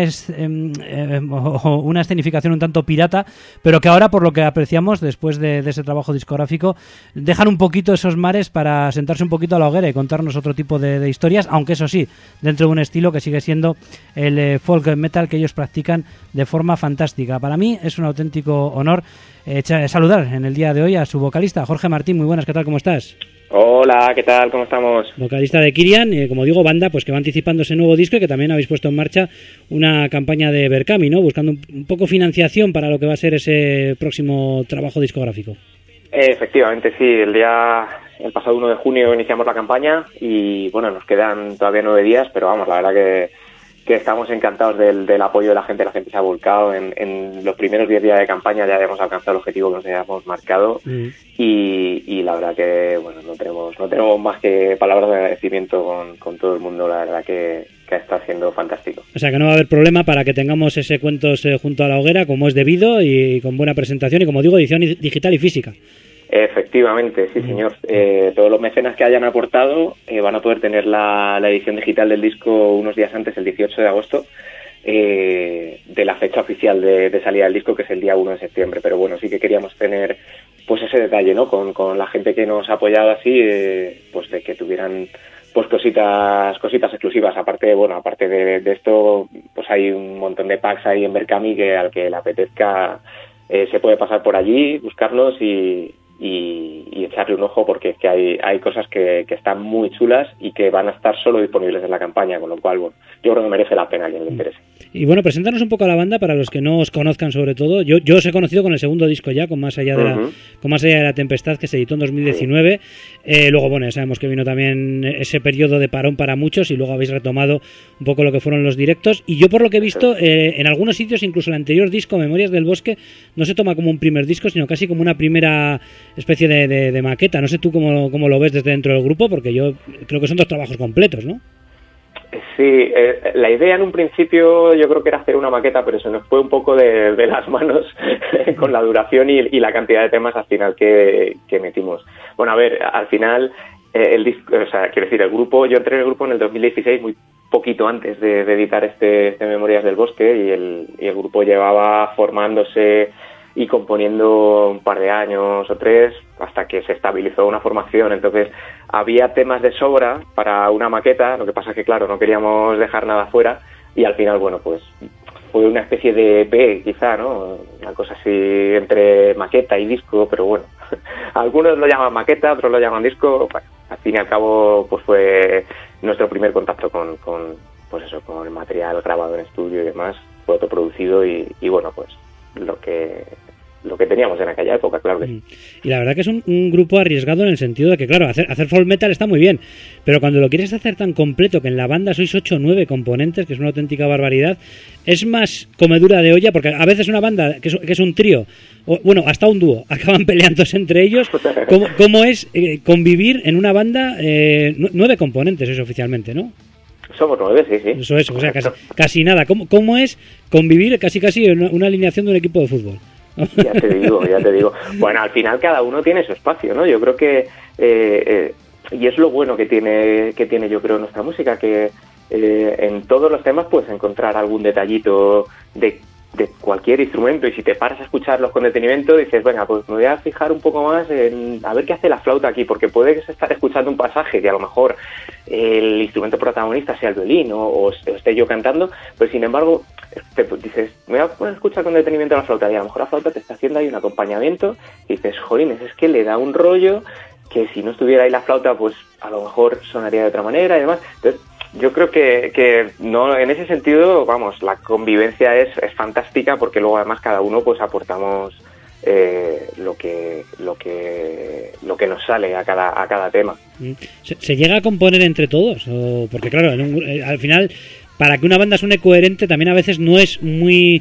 escenificación un tanto pirata, pero que ahora, por lo que apreciamos después de ese trabajo discográfico, dejan un poquito esos mares para sentarse un poquito a la hoguera y contarnos otro tipo de historias, aunque eso sí, dentro de un estilo que sigue siendo el folk metal que ellos practican de forma fantástica. Para mí es un auténtico honor saludar en el día de hoy a su vocalista, Jorge Martín. Muy buenas, ¿qué tal? ¿Cómo estás? Hola, ¿qué tal? ¿Cómo estamos? Vocalista de Kirian, como digo, banda pues que va anticipando ese nuevo disco, y que también habéis puesto en marcha una campaña de Berkami, ¿no? Buscando un poco financiación para lo que va a ser ese próximo trabajo discográfico. Efectivamente, sí. El pasado 1 de junio iniciamos la campaña y, bueno, nos quedan todavía 9 días, pero vamos, la verdad que estamos encantados del apoyo de la gente se ha volcado. En los primeros 10 días de campaña ya habíamos alcanzado el objetivo que nos habíamos marcado y la verdad que, bueno, no tenemos más que palabras de agradecimiento con todo el mundo. La verdad que está siendo fantástico. O sea que no va a haber problema para que tengamos ese Cuentos junto a la hoguera como es debido y con buena presentación y, como digo, edición digital y física. Efectivamente, sí señor. Todos los mecenas que hayan aportado van a poder tener la edición digital del disco unos días antes, el 18 de agosto, de la fecha oficial de salida del disco, que es el día 1 de septiembre. Pero bueno, sí que queríamos tener pues ese detalle, ¿no? Con la gente que nos ha apoyado así, pues de que tuvieran pues cositas exclusivas. Aparte de esto, pues hay un montón de packs ahí en Berkami que al que le apetezca se puede pasar por allí, buscarlos y echarle un ojo, porque es que hay cosas que están muy chulas y que van a estar solo disponibles en la campaña, con lo cual, bueno, yo creo que merece la pena a quien le interese. Y bueno, preséntanos un poco a la banda para los que no os conozcan, sobre todo. Yo os he conocido con el segundo disco ya, con Más allá de la tempestad, que se editó en 2019. Luego, bueno, ya sabemos que vino también ese periodo de parón para muchos y luego habéis retomado un poco lo que fueron los directos. Y yo, por lo que he visto, en algunos sitios, incluso el anterior disco, Memorias del Bosque, no se toma como un primer disco, sino casi como una primera especie de maqueta. No sé tú cómo lo ves desde dentro del grupo, porque yo creo que son 2 trabajos completos, ¿no? Sí, la idea en un principio yo creo que era hacer una maqueta, pero se nos fue un poco de las manos con la duración y la cantidad de temas al final que metimos. Bueno, a ver, al final el disco, o sea, quiero decir, el grupo, yo entré en el grupo en el 2016, muy poquito antes de editar este Memorias del Bosque, y el grupo llevaba formándose y componiendo un par de años o 3 hasta que se estabilizó una formación. Entonces había temas de sobra para una maqueta, lo que pasa es que, claro, no queríamos dejar nada fuera y al final, bueno, pues fue una especie de EP quizá, ¿no? Una cosa así entre maqueta y disco, pero bueno, algunos lo llaman maqueta, otros lo llaman disco. Bueno, al fin y al cabo pues fue nuestro primer contacto con el material grabado en estudio y demás, fue autoproducido y bueno, pues lo que teníamos en aquella época, claro que sí. Y la verdad que es un grupo arriesgado en el sentido de que, claro, hacer folk metal está muy bien, pero cuando lo quieres hacer tan completo, que en la banda sois 8 o 9 componentes, que es una auténtica barbaridad, es más comedura de olla, porque a veces una banda que es un trío, o bueno, hasta un dúo, acaban peleándose entre ellos. ¿Cómo es convivir en una banda 9 componentes, eso oficialmente, ¿no? Somos 9, sí. Eso es, o sea, casi nada. ¿Cómo es convivir casi en una alineación de un equipo de fútbol? Ya te digo. Bueno, al final cada uno tiene su espacio, ¿no? Yo creo que y es lo bueno que tiene yo creo nuestra música, que en todos los temas puedes encontrar algún detallito de cualquier instrumento, y si te paras a escucharlos con detenimiento dices, venga, pues me voy a fijar un poco más en a ver qué hace la flauta aquí, porque puedes estar escuchando un pasaje que a lo mejor el instrumento protagonista sea el violín o esté yo cantando, pero sin embargo dices, me voy a poner a escuchar con detenimiento la flauta, y a lo mejor la flauta te está haciendo ahí un acompañamiento y dices, jolines, es que le da un rollo que si no estuviera ahí la flauta pues a lo mejor sonaría de otra manera y demás. Entonces yo creo que no, en ese sentido, vamos, la convivencia es fantástica, porque luego además cada uno pues aportamos lo que nos sale a cada tema. ¿Se llega a componer entre todos? Porque claro, al final, para que una banda suene coherente, también a veces no es muy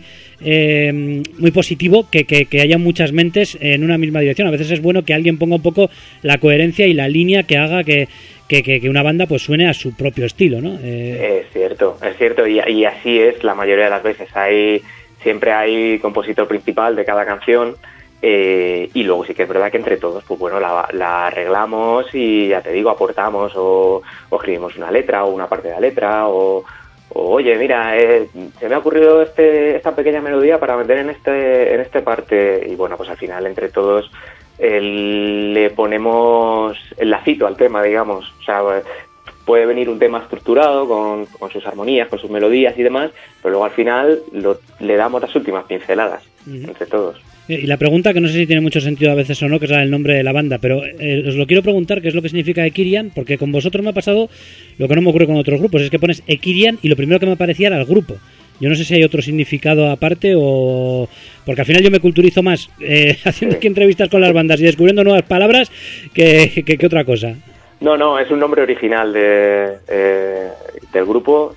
positivo que haya muchas mentes en una misma dirección. A veces es bueno que alguien ponga un poco la coherencia y la línea que haga que una banda pues suene a su propio estilo, ¿no? Es cierto, y así es la mayoría de las veces. Siempre hay compositor principal de cada canción. Y luego sí que es verdad que entre todos, pues bueno, la arreglamos y ya te digo, aportamos o escribimos una letra o una parte de la letra o oye, mira, se me ha ocurrido esta pequeña melodía para meter en este parte, y bueno, pues al final entre todos le ponemos el lacito al tema, digamos. O sea, puede venir un tema estructurado con sus armonías, con sus melodías y demás, pero luego al final le damos las últimas pinceladas entre todos. Y la pregunta, que no sé si tiene mucho sentido a veces o no, que es el nombre de la banda, pero os lo quiero preguntar, qué es lo que significa Ekirian, porque con vosotros me ha pasado lo que no me ocurre con otros grupos, es que pones Ekirian y lo primero que me aparecía era el grupo. Yo no sé si hay otro significado aparte o... Porque al final yo me culturizo más haciendo aquí entrevistas con las bandas y descubriendo nuevas palabras que otra cosa. No, es un nombre original del grupo.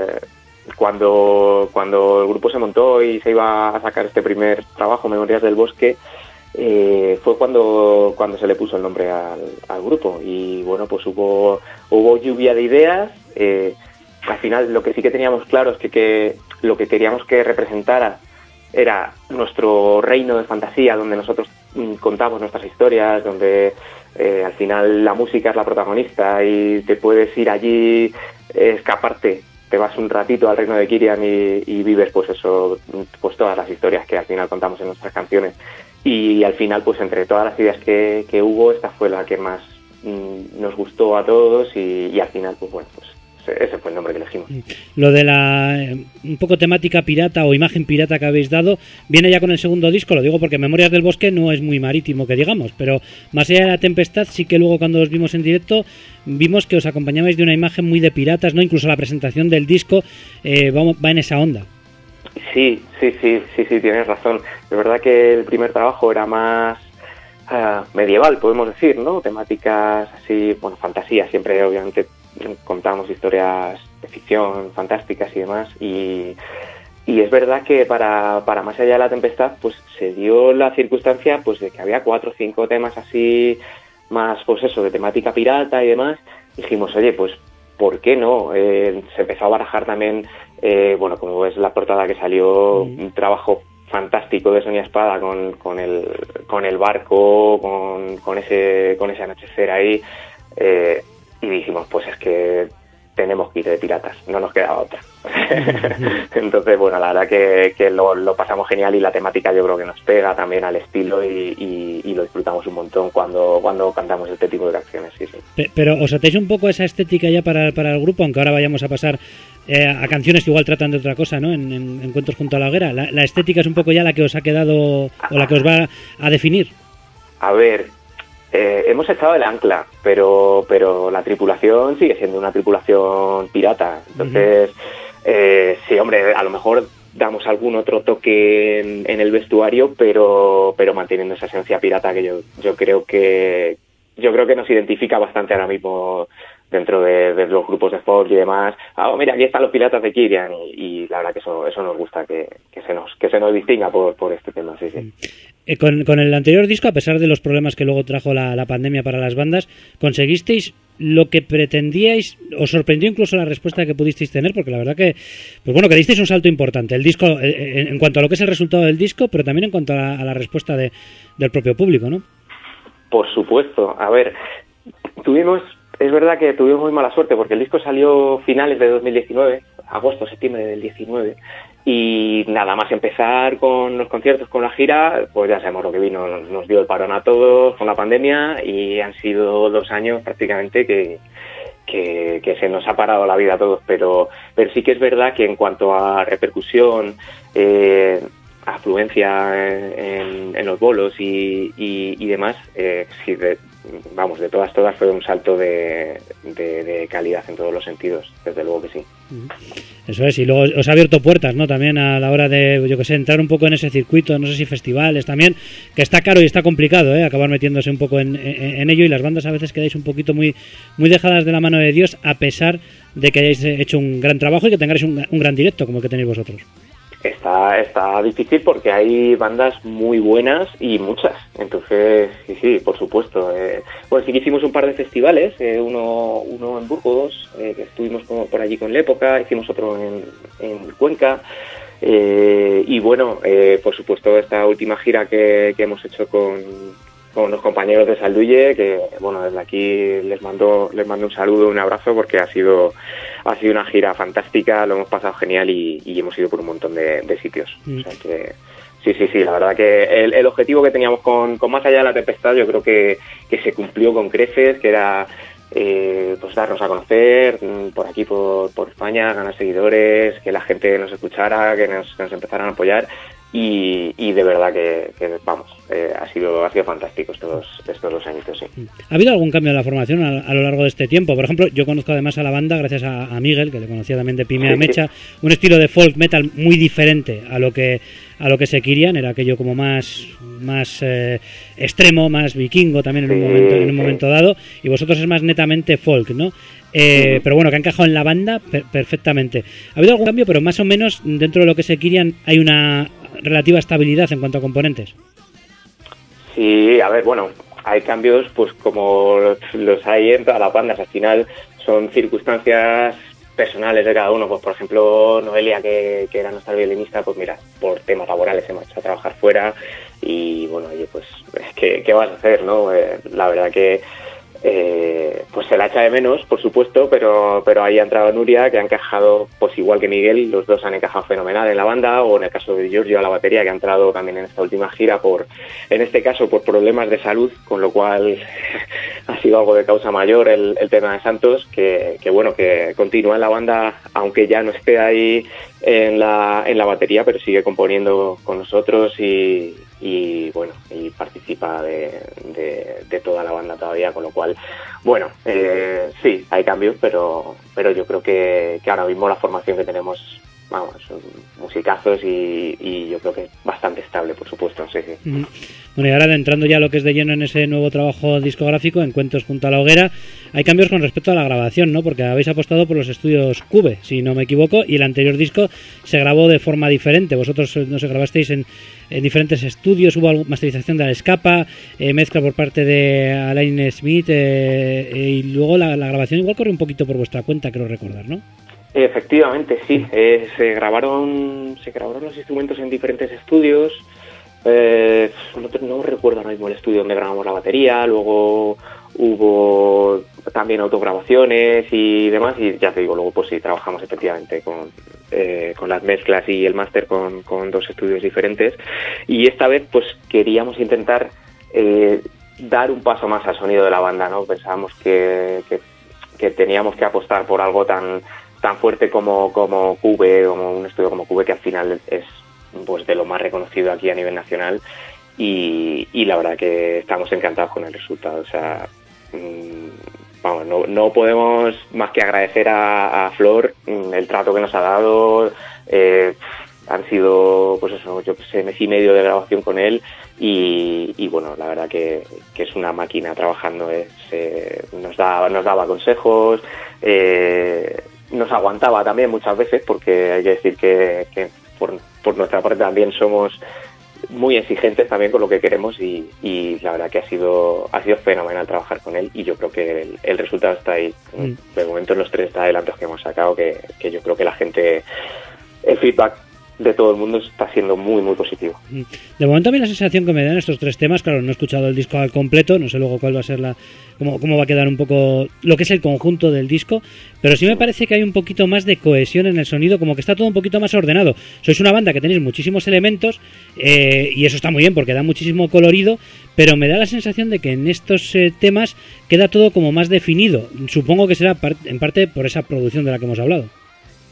Cuando el grupo se montó y se iba a sacar este primer trabajo, Memorias del Bosque, fue cuando se le puso el nombre al grupo. Y bueno, pues hubo lluvia de ideas. Al final lo que sí que teníamos claro es que lo que queríamos que representara era nuestro reino de fantasía, donde nosotros contamos nuestras historias, donde al final la música es la protagonista y te puedes ir allí, escaparte, te vas un ratito al reino de Ekirian y vives pues eso, pues todas las historias que al final contamos en nuestras canciones. Y al final, pues entre todas las ideas que hubo, esta fue la que más nos gustó a todos y al final, pues bueno, pues ese fue el nombre que elegimos. Lo de la un poco temática pirata o imagen pirata que habéis dado viene ya con el segundo disco, lo digo porque Memorias del Bosque no es muy marítimo que digamos, pero más allá de la tempestad sí que luego cuando os vimos en directo vimos que os acompañabais de una imagen muy de piratas, ¿no? Incluso la presentación del disco va en esa onda. Sí, tienes razón. Es verdad que el primer trabajo era más medieval, podemos decir, ¿no? Temáticas así, bueno, fantasía, siempre obviamente contamos historias de ficción, fantásticas y demás, y es verdad que para Más allá de la tempestad, pues se dio la circunstancia pues de que había 4 o 5 temas así, más pues eso, de temática pirata y demás. Dijimos, oye, pues ¿por qué no? Se empezó a barajar también, bueno, como es la portada que salió, un trabajo fantástico de Sonia Espada con el barco, con ese anochecer ahí, y dijimos, pues es que tenemos que ir de piratas, no nos queda otra. Entonces, bueno, la verdad que lo pasamos genial y la temática yo creo que nos pega también al estilo y lo disfrutamos un montón cuando cantamos este tipo de canciones, sí. Pero ¿os atáis un poco esa estética ya para el grupo? Aunque ahora vayamos a pasar a canciones que igual tratan de otra cosa, ¿no? En Encuentros junto a la hoguera. ¿La estética es un poco ya la que os ha quedado o la que os va a definir? A ver, hemos echado el ancla, pero la tripulación sigue siendo una tripulación pirata. Entonces, sí, hombre, a lo mejor damos algún otro toque en el vestuario, pero manteniendo esa esencia pirata que yo creo que nos identifica bastante ahora mismo dentro de los grupos de folk y demás. Mira, aquí están los piratas de Ekirian y la verdad que eso nos gusta, que se nos distinga por este tema, sí. Con el anterior disco, a pesar de los problemas que luego trajo la pandemia para las bandas, ¿conseguisteis lo que pretendíais? ¿Os sorprendió incluso la respuesta que pudisteis tener? Porque la verdad que, pues bueno, que disteis un salto importante. El disco, en cuanto a lo que es el resultado del disco, pero también en cuanto a la respuesta del propio público, ¿no? Por supuesto. A ver, es verdad que tuvimos muy mala suerte porque el disco salió finales de 2019, agosto, septiembre del 19, y nada más empezar con los conciertos, con la gira, pues ya sabemos lo que vino, nos dio el parón a todos con la pandemia y han sido 2 años prácticamente que se nos ha parado la vida a todos, pero sí que es verdad que en cuanto a repercusión, afluencia en los bolos y demás, sí, vamos, de todas fue un salto de calidad en todos los sentidos, desde luego que sí. Eso es, y luego os ha abierto puertas, ¿no? También a la hora de, yo que sé, entrar un poco en ese circuito, no sé si festivales también, que está caro y está complicado, acabar metiéndose un poco en ello, y las bandas a veces quedáis un poquito muy dejadas de la mano de Dios, a pesar de que hayáis hecho un gran trabajo y que tengáis un gran directo como el que tenéis vosotros. Está difícil porque hay bandas muy buenas y muchas, entonces sí, por supuesto. Bueno, sí que hicimos un par de festivales, uno en Burgos, que estuvimos por allí con L'Época, hicimos otro en Cuenca, y bueno, por supuesto esta última gira que hemos hecho con los compañeros de Salduye, que bueno, desde aquí les mando un saludo, un abrazo, porque ha sido una gira fantástica, lo hemos pasado genial y hemos ido por un montón de sitios. O sea que sí, la verdad que el objetivo que teníamos con Más allá de la tempestad, yo creo que se cumplió con creces, que era pues darnos a conocer por aquí, por España, ganar seguidores, que la gente nos escuchara, que nos empezaran a apoyar. Y de verdad que vamos, ha sido fantástico estos 2 añitos, sí. ¿Ha habido algún cambio en la formación a lo largo de este tiempo? Por ejemplo, yo conozco además a la banda gracias a Miguel, que le conocía también de Pimea Mecha, un estilo de folk metal muy diferente a lo que se querían, era aquello como más extremo, más vikingo también en un momento dado, y vosotros es más netamente folk, ¿no? Pero bueno, que ha encajado en la banda perfectamente. ¿Ha habido algún cambio? Pero más o menos dentro de lo que se querían hay una relativa estabilidad en cuanto a componentes. Sí, a ver, bueno, hay cambios pues como los hay en todas las bandas. Al final son circunstancias personales de cada uno. Pues por ejemplo, Noelia, que era nuestra violinista, pues mira, por temas laborales se marchó a trabajar fuera y bueno, oye, pues ¿qué vas a hacer, no? La verdad que pues se la echa de menos, por supuesto, pero ahí ha entrado Nuria, que ha encajado pues igual que Miguel, los dos han encajado fenomenal en la banda, o en el caso de Giorgio a la batería, que ha entrado también en esta última gira en este caso por problemas de salud, con lo cual ha sido algo de causa mayor el tema de Santos, que bueno, que continúa en la banda, aunque ya no esté ahí en la batería, pero sigue componiendo con nosotros y bueno, y participa de toda la banda todavía, con lo cual, bueno, sí, hay cambios, pero yo creo que ahora mismo la formación que tenemos, vamos, son musicazos y yo creo que es bastante estable, por supuesto, sí. Bueno, y ahora entrando ya a lo que es de lleno en ese nuevo trabajo discográfico, Encuentros junto a la hoguera, hay cambios con respecto a la grabación, ¿no? Porque habéis apostado por los estudios Cube, si no me equivoco, y el anterior disco se grabó de forma diferente. Vosotros, no sé, grabasteis en diferentes estudios, hubo masterización de la Escapa, mezcla por parte de Alain Smith, y luego la grabación igual corre un poquito por vuestra cuenta, creo recordar, ¿no? Efectivamente, sí. Se grabaron los instrumentos en diferentes estudios. No recuerdo ahora mismo el estudio donde grabamos la batería. Luego hubo también autograbaciones y demás. Y ya te digo, luego pues sí, trabajamos efectivamente con las mezclas y el máster con 2 estudios diferentes. Y esta vez pues queríamos intentar dar un paso más al sonido de la banda, ¿no? Pensábamos que teníamos que apostar por algo tan fuerte como Cube, como un estudio como Cube, que al final es pues de lo más reconocido aquí a nivel nacional, y la verdad que estamos encantados con el resultado. O sea, vamos, no podemos más que agradecer a Flor el trato que nos ha dado. Han sido, pues eso, yo que sé, mes y medio de grabación con él y bueno, la verdad que es una máquina trabajando. Nos daba consejos, nos aguantaba también muchas veces, porque hay que decir que por nuestra parte también somos muy exigentes también con lo que queremos y la verdad que ha sido fenomenal trabajar con él, y yo creo que el resultado está ahí. De momento en los 3 adelantos que hemos sacado, que yo creo que la gente, el feedback de todo el mundo está siendo muy muy positivo. De momento a mí la sensación que me dan estos 3 temas, claro, no he escuchado el disco al completo, no sé luego cuál va a ser cómo va a quedar un poco lo que es el conjunto del disco, pero sí me parece que hay un poquito más de cohesión en el sonido, como que está todo un poquito más ordenado. Sois una banda que tenéis muchísimos elementos, y eso está muy bien porque da muchísimo colorido, pero me da la sensación de que en estos temas queda todo como más definido. Supongo que será en parte por esa producción de la que hemos hablado.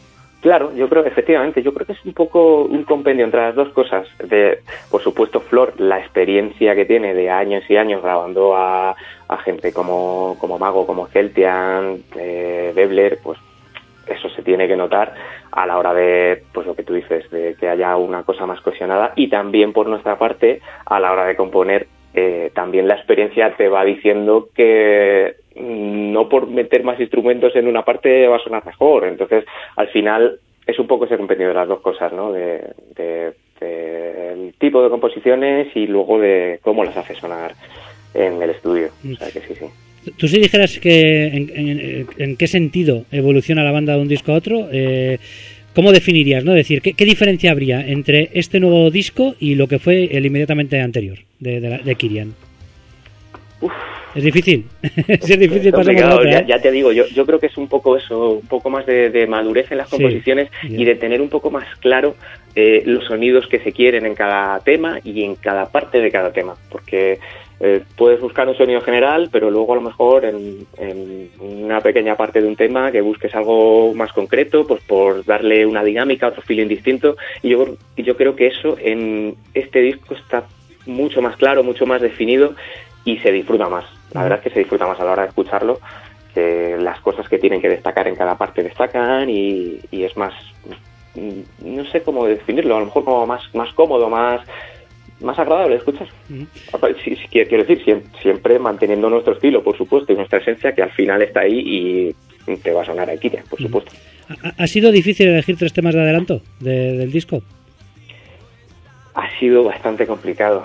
Claro, yo creo que es un poco un compendio entre las dos cosas. Por supuesto, Flor, la experiencia que tiene de años y años grabando a gente como Mago, como Celtian, Bebler, pues eso se tiene que notar a la hora de, pues lo que tú dices, de que haya una cosa más cohesionada. Y también por nuestra parte, a la hora de componer, también la experiencia te va diciendo que no por meter más instrumentos en una parte va a sonar mejor. Entonces, al final, es un poco ese compendio de las dos cosas, ¿no? Del tipo de composiciones y luego de cómo las hace sonar en el estudio. O sea que sí. Tú si dijeras que en qué sentido evoluciona la banda de un disco a otro, ¿cómo definirías, no? Es decir, ¿qué diferencia habría entre este nuevo disco y lo que fue el inmediatamente anterior de Kyrian? Uf. Es difícil. Si es difícil, pasamos a otra, ¿eh? Ya te digo, yo creo que es un poco eso, un poco más de madurez en las composiciones, y de tener un poco más claro los sonidos que se quieren en cada tema y en cada parte de cada tema, porque puedes buscar un sonido general, pero luego a lo mejor en una pequeña parte de un tema que busques algo más concreto, pues por darle una dinámica, otro feeling distinto, y yo creo que eso en este disco está mucho más claro, mucho más definido, y se disfruta más. La verdad es que se disfruta más a la hora de escucharlo, que las cosas que tienen que destacar en cada parte destacan, y es más, no sé cómo definirlo, a lo mejor como más cómodo, más agradable de escuchar. Sí, quiero decir, siempre manteniendo nuestro estilo, por supuesto, y nuestra esencia, que al final está ahí y te va a sonar a Kyrian, por supuesto. ¿Ha sido difícil elegir 3 temas de adelanto del disco? Ha sido bastante complicado.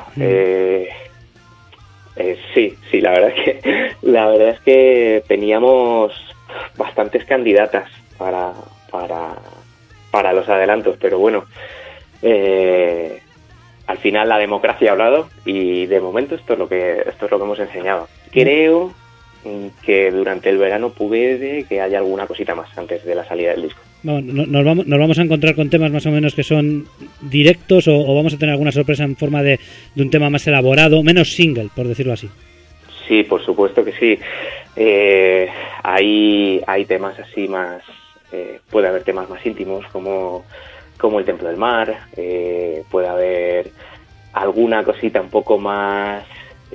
Sí, la verdad es que teníamos bastantes candidatas para los adelantos, pero bueno, al final la democracia ha hablado, y de momento esto es lo que hemos enseñado. Creo que durante el verano puede que haya alguna cosita más antes de la salida del disco. Bueno, nos vamos a encontrar con temas más o menos que son directos, o vamos a tener alguna sorpresa en forma de un tema más elaborado, menos single, por decirlo así. Sí, por supuesto que sí. Hay temas así más, puede haber temas más íntimos como El Templo del Mar, puede haber alguna cosita un poco más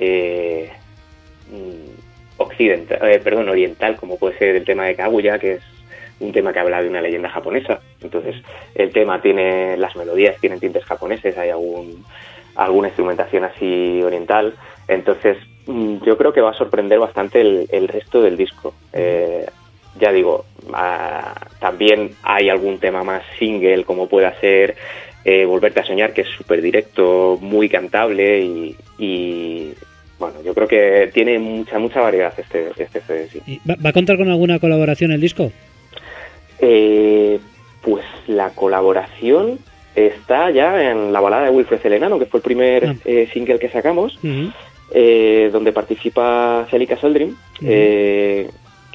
oriental, como puede ser el tema de Kaguya, que es un tema que habla de una leyenda japonesa. Entonces el tema tiene, las melodías tienen tintes japoneses, hay alguna instrumentación así oriental. Entonces yo creo que va a sorprender bastante el resto del disco. Ya digo, también hay algún tema más single, como pueda ser Volverte a Soñar, que es súper directo, muy cantable, y bueno, yo creo que tiene mucha variedad este CD, sí. ¿Va a contar con alguna colaboración el disco? Pues la colaboración está ya en La balada de Wilfred el Enano, que fue el primer single que sacamos, donde participa Celica Soldrim, que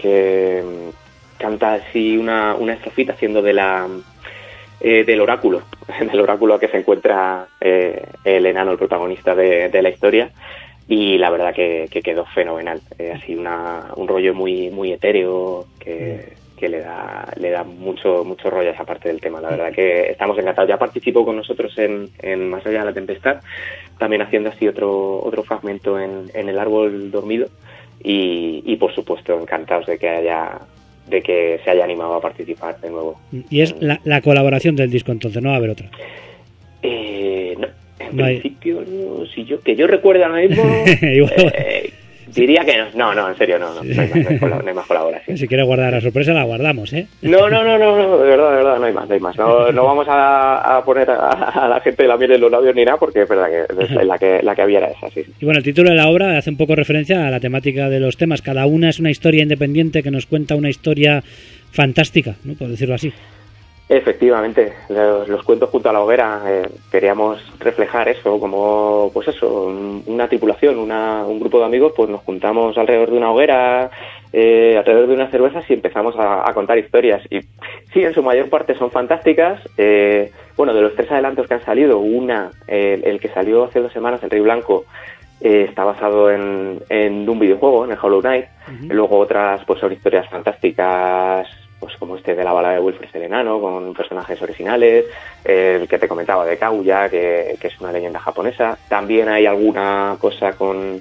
canta así una estrofita haciendo del oráculo, del oráculo a que se encuentra el enano, el protagonista de la historia. Y la verdad que quedó fenomenal. Así un rollo muy etéreo que le da mucho rollo a esa parte del tema. La verdad que estamos encantados. Ya participó con nosotros en Más allá de la tempestad, también haciendo así otro fragmento en El árbol dormido, y por supuesto encantados de que se haya animado a participar de nuevo. Y es la colaboración del disco, entonces no va a haber otra. No. En principio, no, que yo recuerdo ahora mismo, diría que no, en serio, no hay más colaboración. Si quieres guardar la sorpresa, la guardamos, ¿eh? No, de verdad, no hay más. No vamos a poner a la gente la miel en los labios ni nada, porque es verdad que la que había era esa, sí. Y bueno, el título de la obra hace un poco referencia a la temática de los temas. Cada una es una historia independiente que nos cuenta una historia fantástica, ¿no? Por decirlo así. Efectivamente, los cuentos junto a la hoguera, queríamos reflejar eso, como pues eso, una tripulación, un grupo de amigos, pues nos juntamos alrededor de una hoguera, alrededor de unas cervezas, y empezamos a contar historias. Y sí, en su mayor parte son fantásticas. Bueno, de los 3 adelantos que han salido, el que salió hace 2 semanas, El Rey Blanco, está basado en un videojuego, en el Hollow Knight. Y luego otras pues son historias fantásticas, pues como este de la balada de Wilfred el Enano, con personajes originales, el que te comentaba de Kaguya, que es una leyenda japonesa. También hay alguna cosa con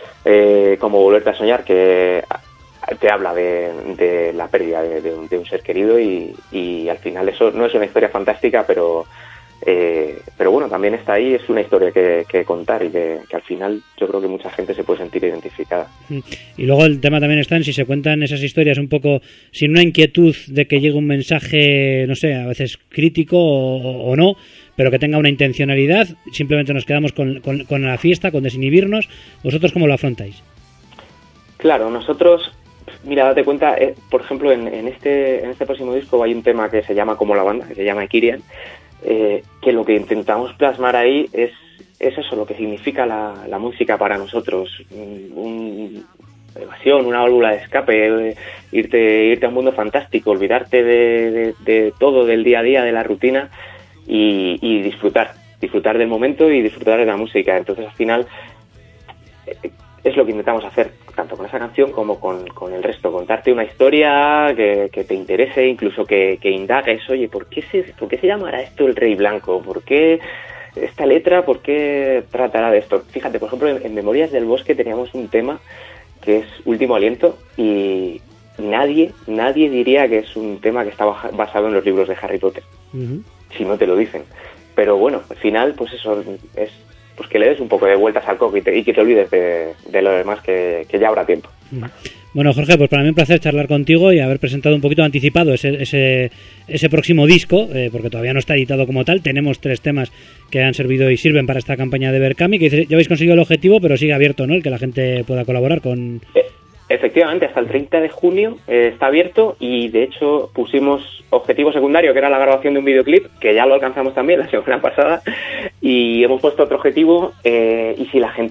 como Volverte a soñar, que te habla de la pérdida de un ser querido y al final eso no es una historia fantástica, pero bueno, también está ahí, es una historia que contar y que al final yo creo que mucha gente se puede sentir identificada. Y luego el tema también está en si se cuentan esas historias un poco sin una inquietud de que llegue un mensaje, no sé, a veces crítico o no, pero que tenga una intencionalidad, simplemente nos quedamos con la fiesta, con desinhibirnos. ¿Vosotros cómo lo afrontáis? Claro, nosotros, mira, date cuenta, por ejemplo, en este próximo disco hay un tema que se llama Como la banda, que se llama Ekirian, que lo que intentamos plasmar ahí es eso, lo que significa la música para nosotros, una evasión, una válvula de escape, irte a un mundo fantástico, olvidarte de todo, del día a día, de la rutina y disfrutar del momento y disfrutar de la música. Entonces al final es lo que intentamos hacer, tanto con esa canción como con el resto, contarte una historia que te interese, incluso que indagues, oye, ¿por qué se llamará esto el Rey Blanco? ¿Por qué esta letra? ¿Por qué tratará de esto? Fíjate, por ejemplo, en Memorias del Bosque teníamos un tema que es Último Aliento y nadie diría que es un tema que está basado en los libros de Harry Potter, si no te lo dicen. Pero bueno, al final, pues eso es pues que le des un poco de vueltas al coco y que te olvides de lo demás, que ya habrá tiempo. Bueno, Jorge, pues para mí un placer charlar contigo y haber presentado un poquito anticipado ese próximo disco, porque todavía no está editado como tal. Tenemos 3 temas que han servido y sirven para esta campaña de Berkami, que ya habéis conseguido el objetivo, pero sigue abierto, ¿no?, el que la gente pueda colaborar con... Efectivamente, hasta el 30 de junio está abierto y de hecho pusimos objetivo secundario, que era la grabación de un videoclip, que ya lo alcanzamos también la semana pasada, y hemos puesto otro objetivo y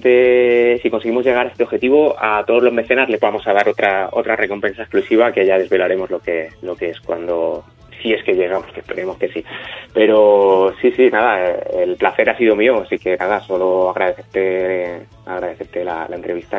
si conseguimos llegar a este objetivo, a todos los mecenas les vamos a dar otra recompensa exclusiva que ya desvelaremos lo que es cuando... Si es que llegamos, que esperemos que sí. Pero sí, nada, el placer ha sido mío, así que nada, solo agradecerte la entrevista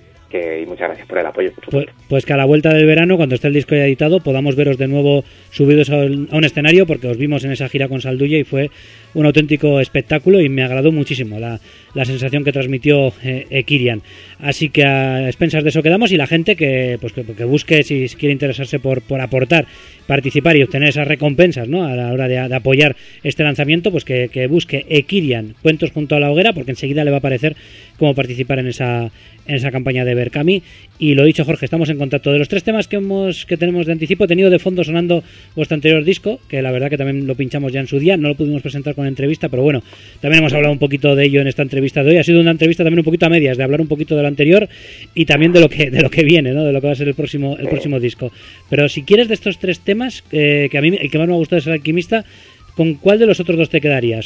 y muchas gracias por el apoyo. Pues que a la vuelta del verano, cuando esté el disco ya editado, podamos veros de nuevo subidos a un escenario, porque os vimos en esa gira con Salduya y fue un auténtico espectáculo y me agradó muchísimo la sensación que transmitió Ekirian. Así que a expensas de eso quedamos, y la gente que busque, si quiere interesarse por aportar, participar y obtener esas recompensas, ¿no?, a la hora de apoyar este lanzamiento, pues que busque Ekirian, Cuentos junto a la hoguera, porque enseguida le va a aparecer cómo participar en esa campaña de Berkami. Y lo dicho, Jorge, estamos en contacto. De los 3 temas que tenemos de anticipo, he tenido de fondo sonando vuestro anterior disco, que la verdad que también lo pinchamos ya en su día, no lo pudimos presentar con entrevista, pero bueno, también hemos hablado un poquito de ello en esta entrevista de hoy. Ha sido una entrevista también un poquito a medias, de hablar un poquito de lo anterior y también de lo que viene, ¿no?, de lo que va a ser el próximo disco. Pero si quieres, de estos 3 temas, que a mí el que más me ha gustado es El Alquimista, ¿con cuál de los otros 2 te quedarías?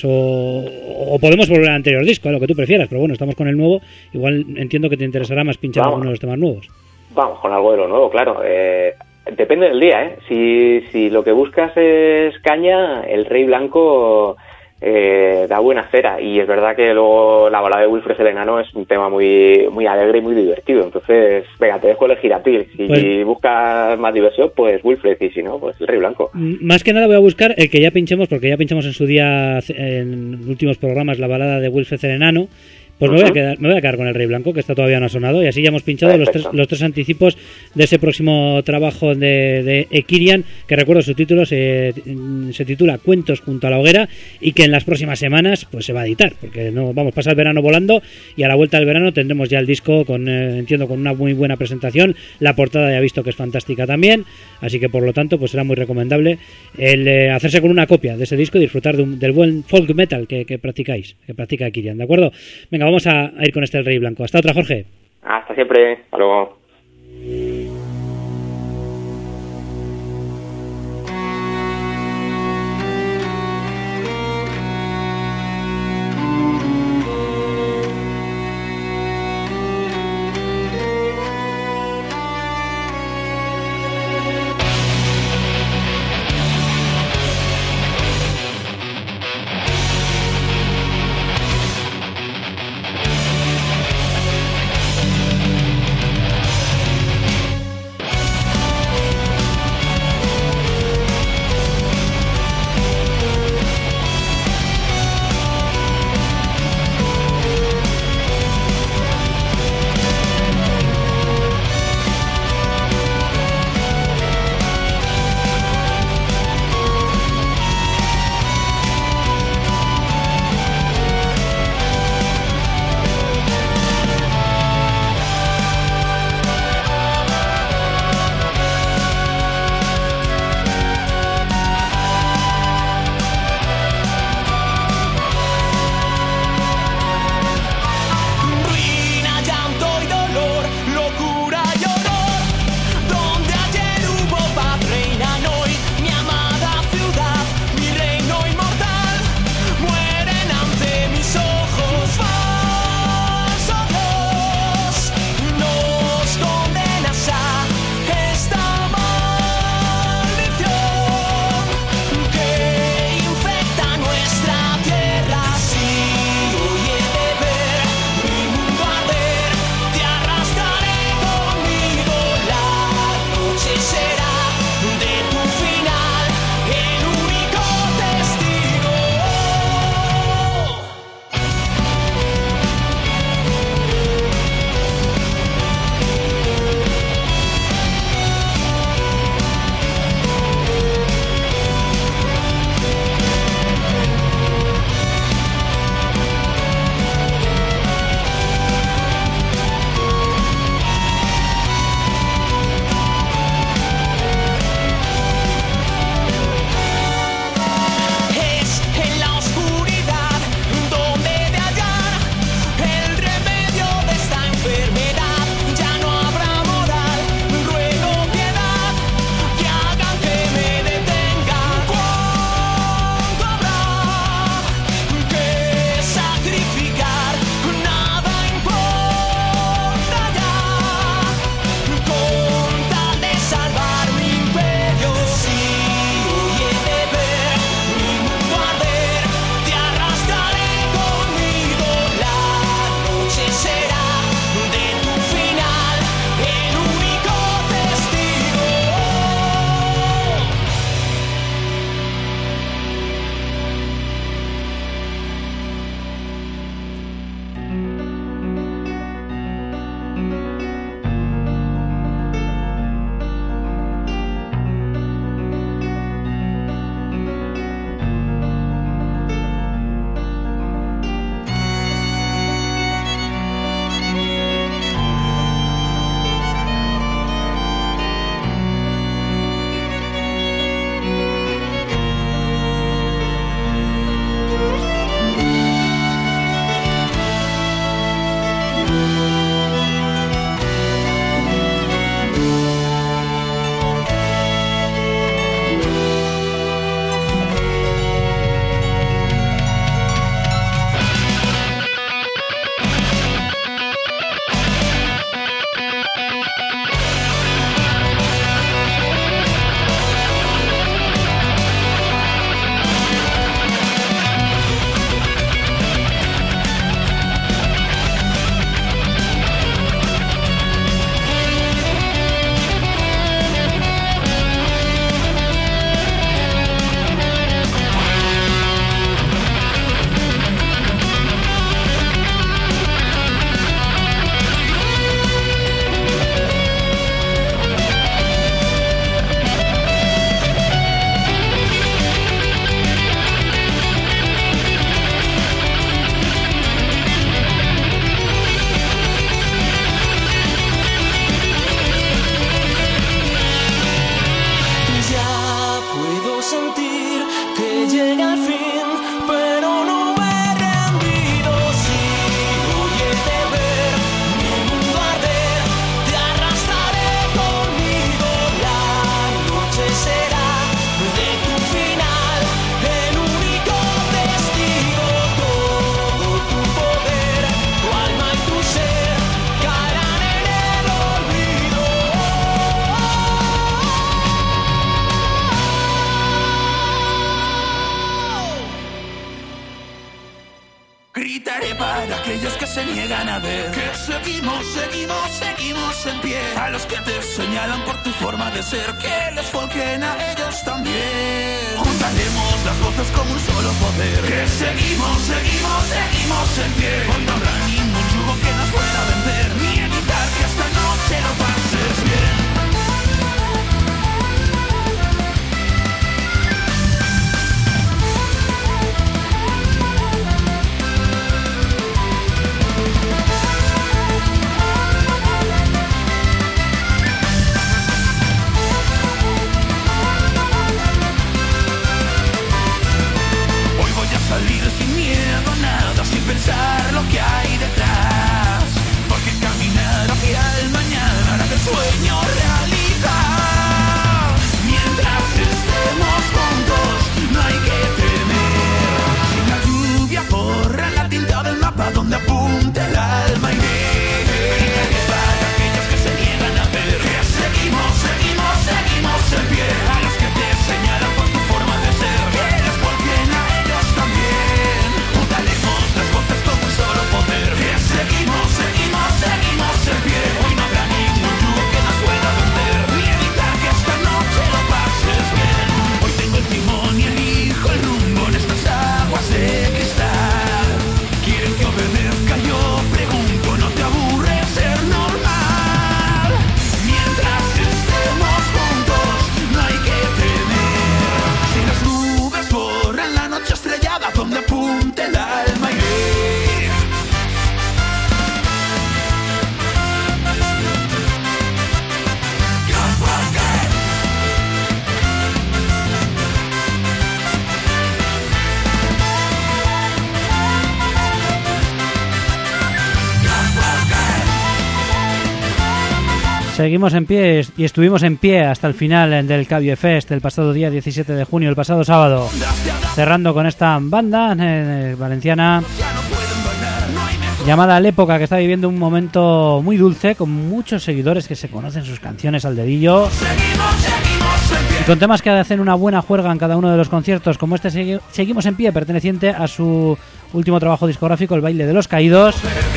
O podemos volver al anterior disco, lo que tú prefieras, pero bueno, estamos con el nuevo, igual entiendo que te interesará más pinchar algunos de los temas nuevos. Vamos con algo de lo nuevo, claro. Depende del día, ¿eh? Si lo que buscas es caña, el Rey Blanco da buena cera, y es verdad que luego la balada de Wilfred el Enano es un tema muy, muy alegre y muy divertido. Entonces, venga, te dejo elegir a ti. Si buscas más diversión, pues Wilfred, y si no, pues el Rey Blanco. Más que nada voy a buscar el que ya pinchemos, porque ya pinchamos en su día, en últimos programas, la balada de Wilfred el Enano. Pues me voy a quedar con el Rey Blanco, que está todavía no ha sonado, y así ya hemos pinchado los tres anticipos de ese próximo trabajo de Ekirian, que recuerdo su título se titula Cuentos junto a la hoguera, y que en las próximas semanas pues se va a editar, porque no vamos a pasar el verano volando, y a la vuelta del verano tendremos ya el disco entiendo con una muy buena presentación. La portada ya he visto que es fantástica también, así que por lo tanto pues será muy recomendable el hacerse con una copia de ese disco y disfrutar del buen folk metal que practica Ekirian, ¿de acuerdo? Venga, vamos a ir con este El Rey Blanco. Hasta otra, Jorge. Hasta siempre. Hasta luego. niegan a ver que seguimos en pie. A los que te señalan por tu forma de ser, que les folquen a ellos también. Juntaremos las voces como un solo poder, que seguimos en pie. Hoy no habrá ningún yugo que nos pueda vencer, ni evitar que esta noche lo pases bien. Salir sin miedo a nada, sin pensar lo que hay detrás, porque caminar hacia el mañana hará del sueño realidad. Mientras estemos juntos no hay que temer, si la lluvia borra la tinta del mapa donde apunte el alma y para aquellos que se niegan a ver que seguimos en pie. A los que te señalan por tu forma de ser, que les volquen a ellos también. Juntaremos las voces con un solo poder, que seguimos en pie. Hoy no habrá ningún yugo que nos pueda vencer, ni evitar que esta noche lo pases bien. Hoy tengo el timón y elijo el rumbo en estas aguas de cristal. ¿Quieren que obedezca? Yo pregunto, ¿no te aburre ser normal? Mientras estemos juntos no hay que temer, si las nubes borran la noche estrellada donde apunte el alma y Seguimos en pie y estuvimos en pie hasta el final del Cabio Fest el pasado día 17 de junio, el pasado sábado, cerrando con esta banda valenciana llamada L'Época, que está viviendo un momento muy dulce, con muchos seguidores que se conocen sus canciones al dedillo y con temas que hacen una buena juerga en cada uno de los conciertos, como este Seguimos en pie, perteneciente a su último trabajo discográfico, El baile de los caídos.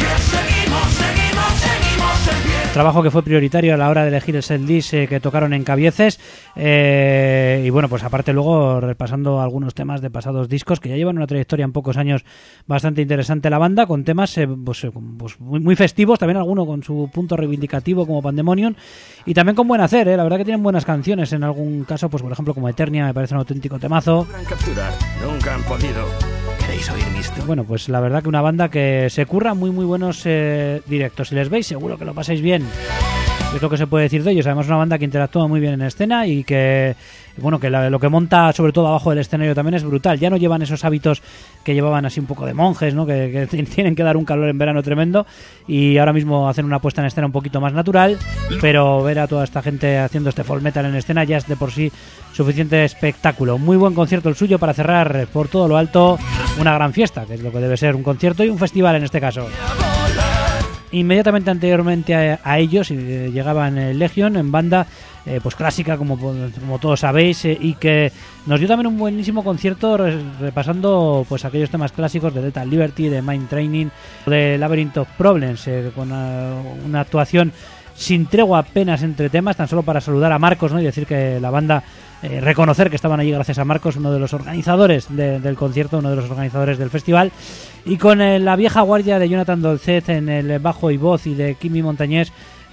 Trabajo que fue prioritario a la hora de elegir el setlist que tocaron en Cabieces, y bueno, pues aparte luego repasando algunos temas de pasados discos que ya llevan una trayectoria en pocos años bastante interesante la banda, con temas pues muy festivos, también alguno con su punto reivindicativo como Pandemonium, y también con buen hacer, la verdad que tienen buenas canciones, en algún caso pues por ejemplo como Eternia me parece un auténtico temazo. Nunca han podido. ¿Queréis oír mis temas? Bueno, pues la verdad que una banda que se curra muy buenos directos. Si les veis, seguro que lo pasáis bien. Es lo que se puede decir de ellos. Además, una banda que interactúa muy bien en escena y que, bueno, que lo que monta sobre todo abajo del escenario también es brutal. Ya no llevan esos hábitos que llevaban así un poco de monjes, ¿no? Que tienen que dar un calor en verano tremendo, y ahora mismo hacen una puesta en escena un poquito más natural, pero ver a toda esta gente haciendo este folk metal en escena ya es de por sí suficiente espectáculo. Muy buen concierto el suyo para cerrar por todo lo alto una gran fiesta, que es lo que debe ser un concierto y un festival en este caso. Inmediatamente anteriormente a ellos llegaban Legion en banda pues clásica como todos sabéis, y que nos dio también un buenísimo concierto repasando pues aquellos temas clásicos de Lethal Liberty, de Mind Training, de Labyrinth of Problems, con una actuación sin tregua apenas entre temas, tan solo para saludar a Marcos, ¿no? Y decir que la banda, reconocer que estaban allí gracias a Marcos, uno de los organizadores del concierto, uno de los organizadores del festival, y con la vieja guardia de Jonathan Dolcet en el bajo y voz, y de Kimi Montañés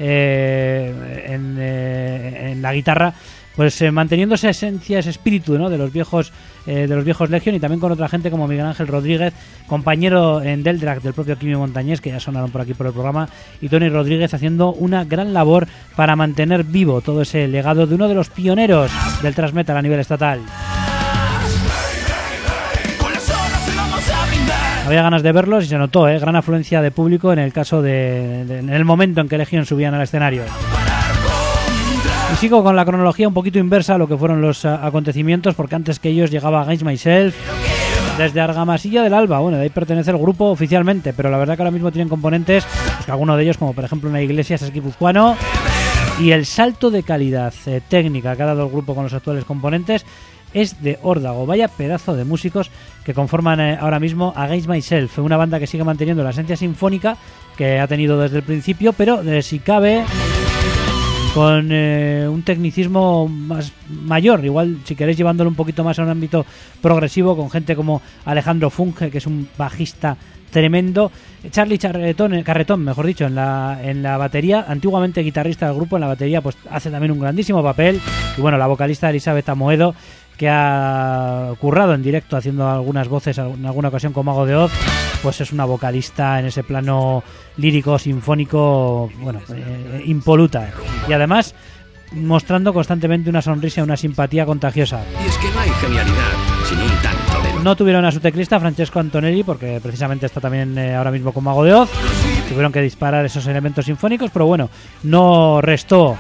en la guitarra, pues manteniendo esa esencia, ese espíritu, ¿no? de los viejos Legion, y también con otra gente como Miguel Ángel Rodríguez, compañero en Deldrag del propio Kimi Montañés, que ya sonaron por aquí por el programa, y Tony Rodríguez haciendo una gran labor para mantener vivo todo ese legado de uno de los pioneros del thrash metal a nivel estatal. Había ganas de verlos y se notó, gran afluencia de público en el caso en el momento en que Legion subían al escenario. Y sigo con la cronología un poquito inversa a lo que fueron los acontecimientos, porque antes que ellos llegaba Against Myself desde Argamasilla del Alba. Bueno, de ahí pertenece el grupo oficialmente, pero la verdad que ahora mismo tienen componentes, pues que alguno de ellos, como por ejemplo una iglesia, es guipuzcoano, y el salto de calidad técnica que ha dado el grupo con los actuales componentes es de órdago. Vaya pedazo de músicos que conforman ahora mismo Against Myself, una banda que sigue manteniendo la esencia sinfónica que ha tenido desde el principio, pero si cabe con un tecnicismo más mayor, igual si queréis llevándolo un poquito más a un ámbito progresivo, con gente como Alejandro Funge, que es un bajista tremendo, Charlie Carretón, mejor dicho, en la batería, antiguamente guitarrista del grupo, en la batería pues hace también un grandísimo papel, y bueno, la vocalista Elizabeth Amoedo, que ha currado en directo haciendo algunas voces en alguna ocasión con Mago de Oz, pues es una vocalista en ese plano lírico, sinfónico, bueno, impoluta, y además mostrando constantemente una sonrisa y una simpatía contagiosa. Y es que no hay genialidad sin un tanto de... No tuvieron a su teclista Francesco Antonelli, porque precisamente está también ahora mismo con Mago de Oz. Tuvieron que disparar esos elementos sinfónicos, pero bueno, no restó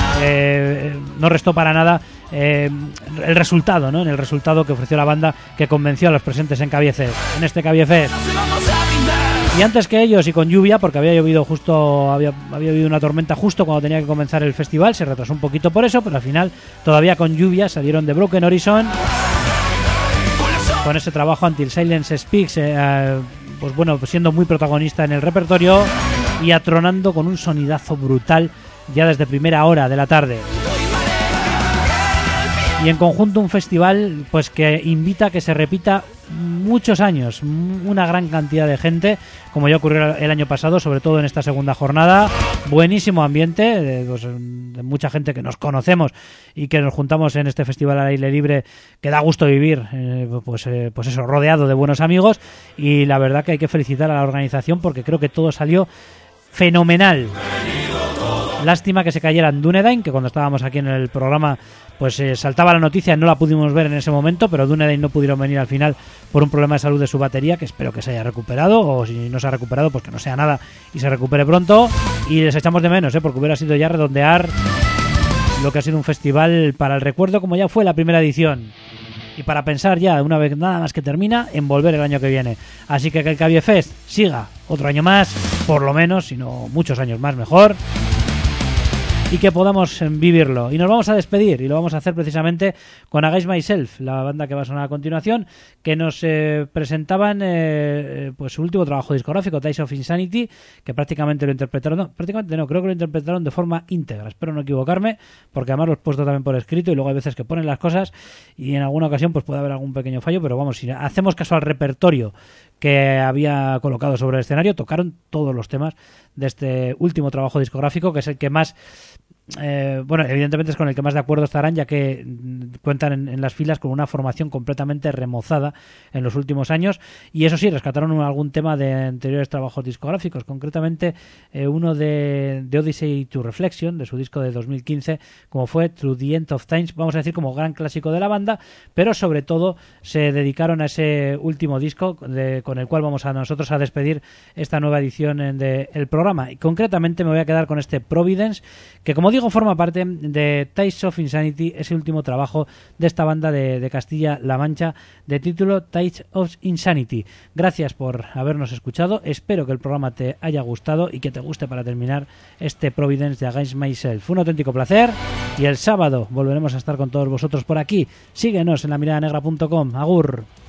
para nada el resultado, ¿no? En el resultado que ofreció la banda, que convenció a los presentes en este Cabiefest. Y antes que ellos, y con lluvia, porque había llovido una tormenta justo cuando tenía que comenzar el festival, se retrasó un poquito por eso, pero al final, todavía con lluvia, salieron de Broken Horizon con ese trabajo Until Silence Speaks, pues bueno, siendo muy protagonista en el repertorio y atronando con un sonidazo brutal ya desde primera hora de la tarde. Y en conjunto un festival pues que invita a que se repita muchos años, una gran cantidad de gente, como ya ocurrió el año pasado, sobre todo en esta segunda jornada. Buenísimo ambiente, de mucha gente que nos conocemos y que nos juntamos en este festival al aire libre, que da gusto vivir, pues eso, rodeado de buenos amigos, y la verdad que hay que felicitar a la organización porque creo que todo salió fenomenal. Lástima que se cayeran Dunedain, que cuando estábamos aquí en el programa pues saltaba la noticia, no la pudimos ver en ese momento, pero Dunedain no pudieron venir al final por un problema de salud de su batería, que espero que se haya recuperado, o si no se ha recuperado, pues que no sea nada y se recupere pronto. Y les echamos de menos, porque hubiera sido ya redondear lo que ha sido un festival para el recuerdo, como ya fue la primera edición, y para pensar ya, una vez nada más que termina, en volver el año que viene. Así que el Cabiefest siga otro año más, por lo menos, si no muchos años más, mejor, y que podamos vivirlo. Y nos vamos a despedir, y lo vamos a hacer precisamente con Against Myself, la banda que va a sonar a continuación, que nos presentaban pues su último trabajo discográfico, Ties of Insanity, que prácticamente lo interpretaron, creo que lo interpretaron de forma íntegra, espero no equivocarme, porque además lo he puesto también por escrito, y luego hay veces que ponen las cosas y en alguna ocasión pues puede haber algún pequeño fallo, pero vamos, si hacemos caso al repertorio que había colocado sobre el escenario, tocaron todos los temas de este último trabajo discográfico, que es el que más bueno, evidentemente es con el que más de acuerdo estarán, ya que cuentan en las filas con una formación completamente remozada en los últimos años, y eso sí, rescataron algún tema de anteriores trabajos discográficos, concretamente uno de Odyssey to Reflection, de su disco de 2015, como fue Through the End of Times, vamos a decir como gran clásico de la banda, pero sobre todo se dedicaron a ese último disco con el cual vamos a nosotros a despedir esta nueva edición del programa, y concretamente me voy a quedar con este Providence, que como digo forma parte de Ties of Insanity, ese último trabajo de esta banda de Castilla-La Mancha, de título Ties of Insanity. Gracias por habernos escuchado, espero que el programa te haya gustado y que te guste para terminar este Providence de Against Myself. Fue un auténtico placer, y el sábado volveremos a estar con todos vosotros por aquí. Síguenos en lamiradanegra.com. Agur.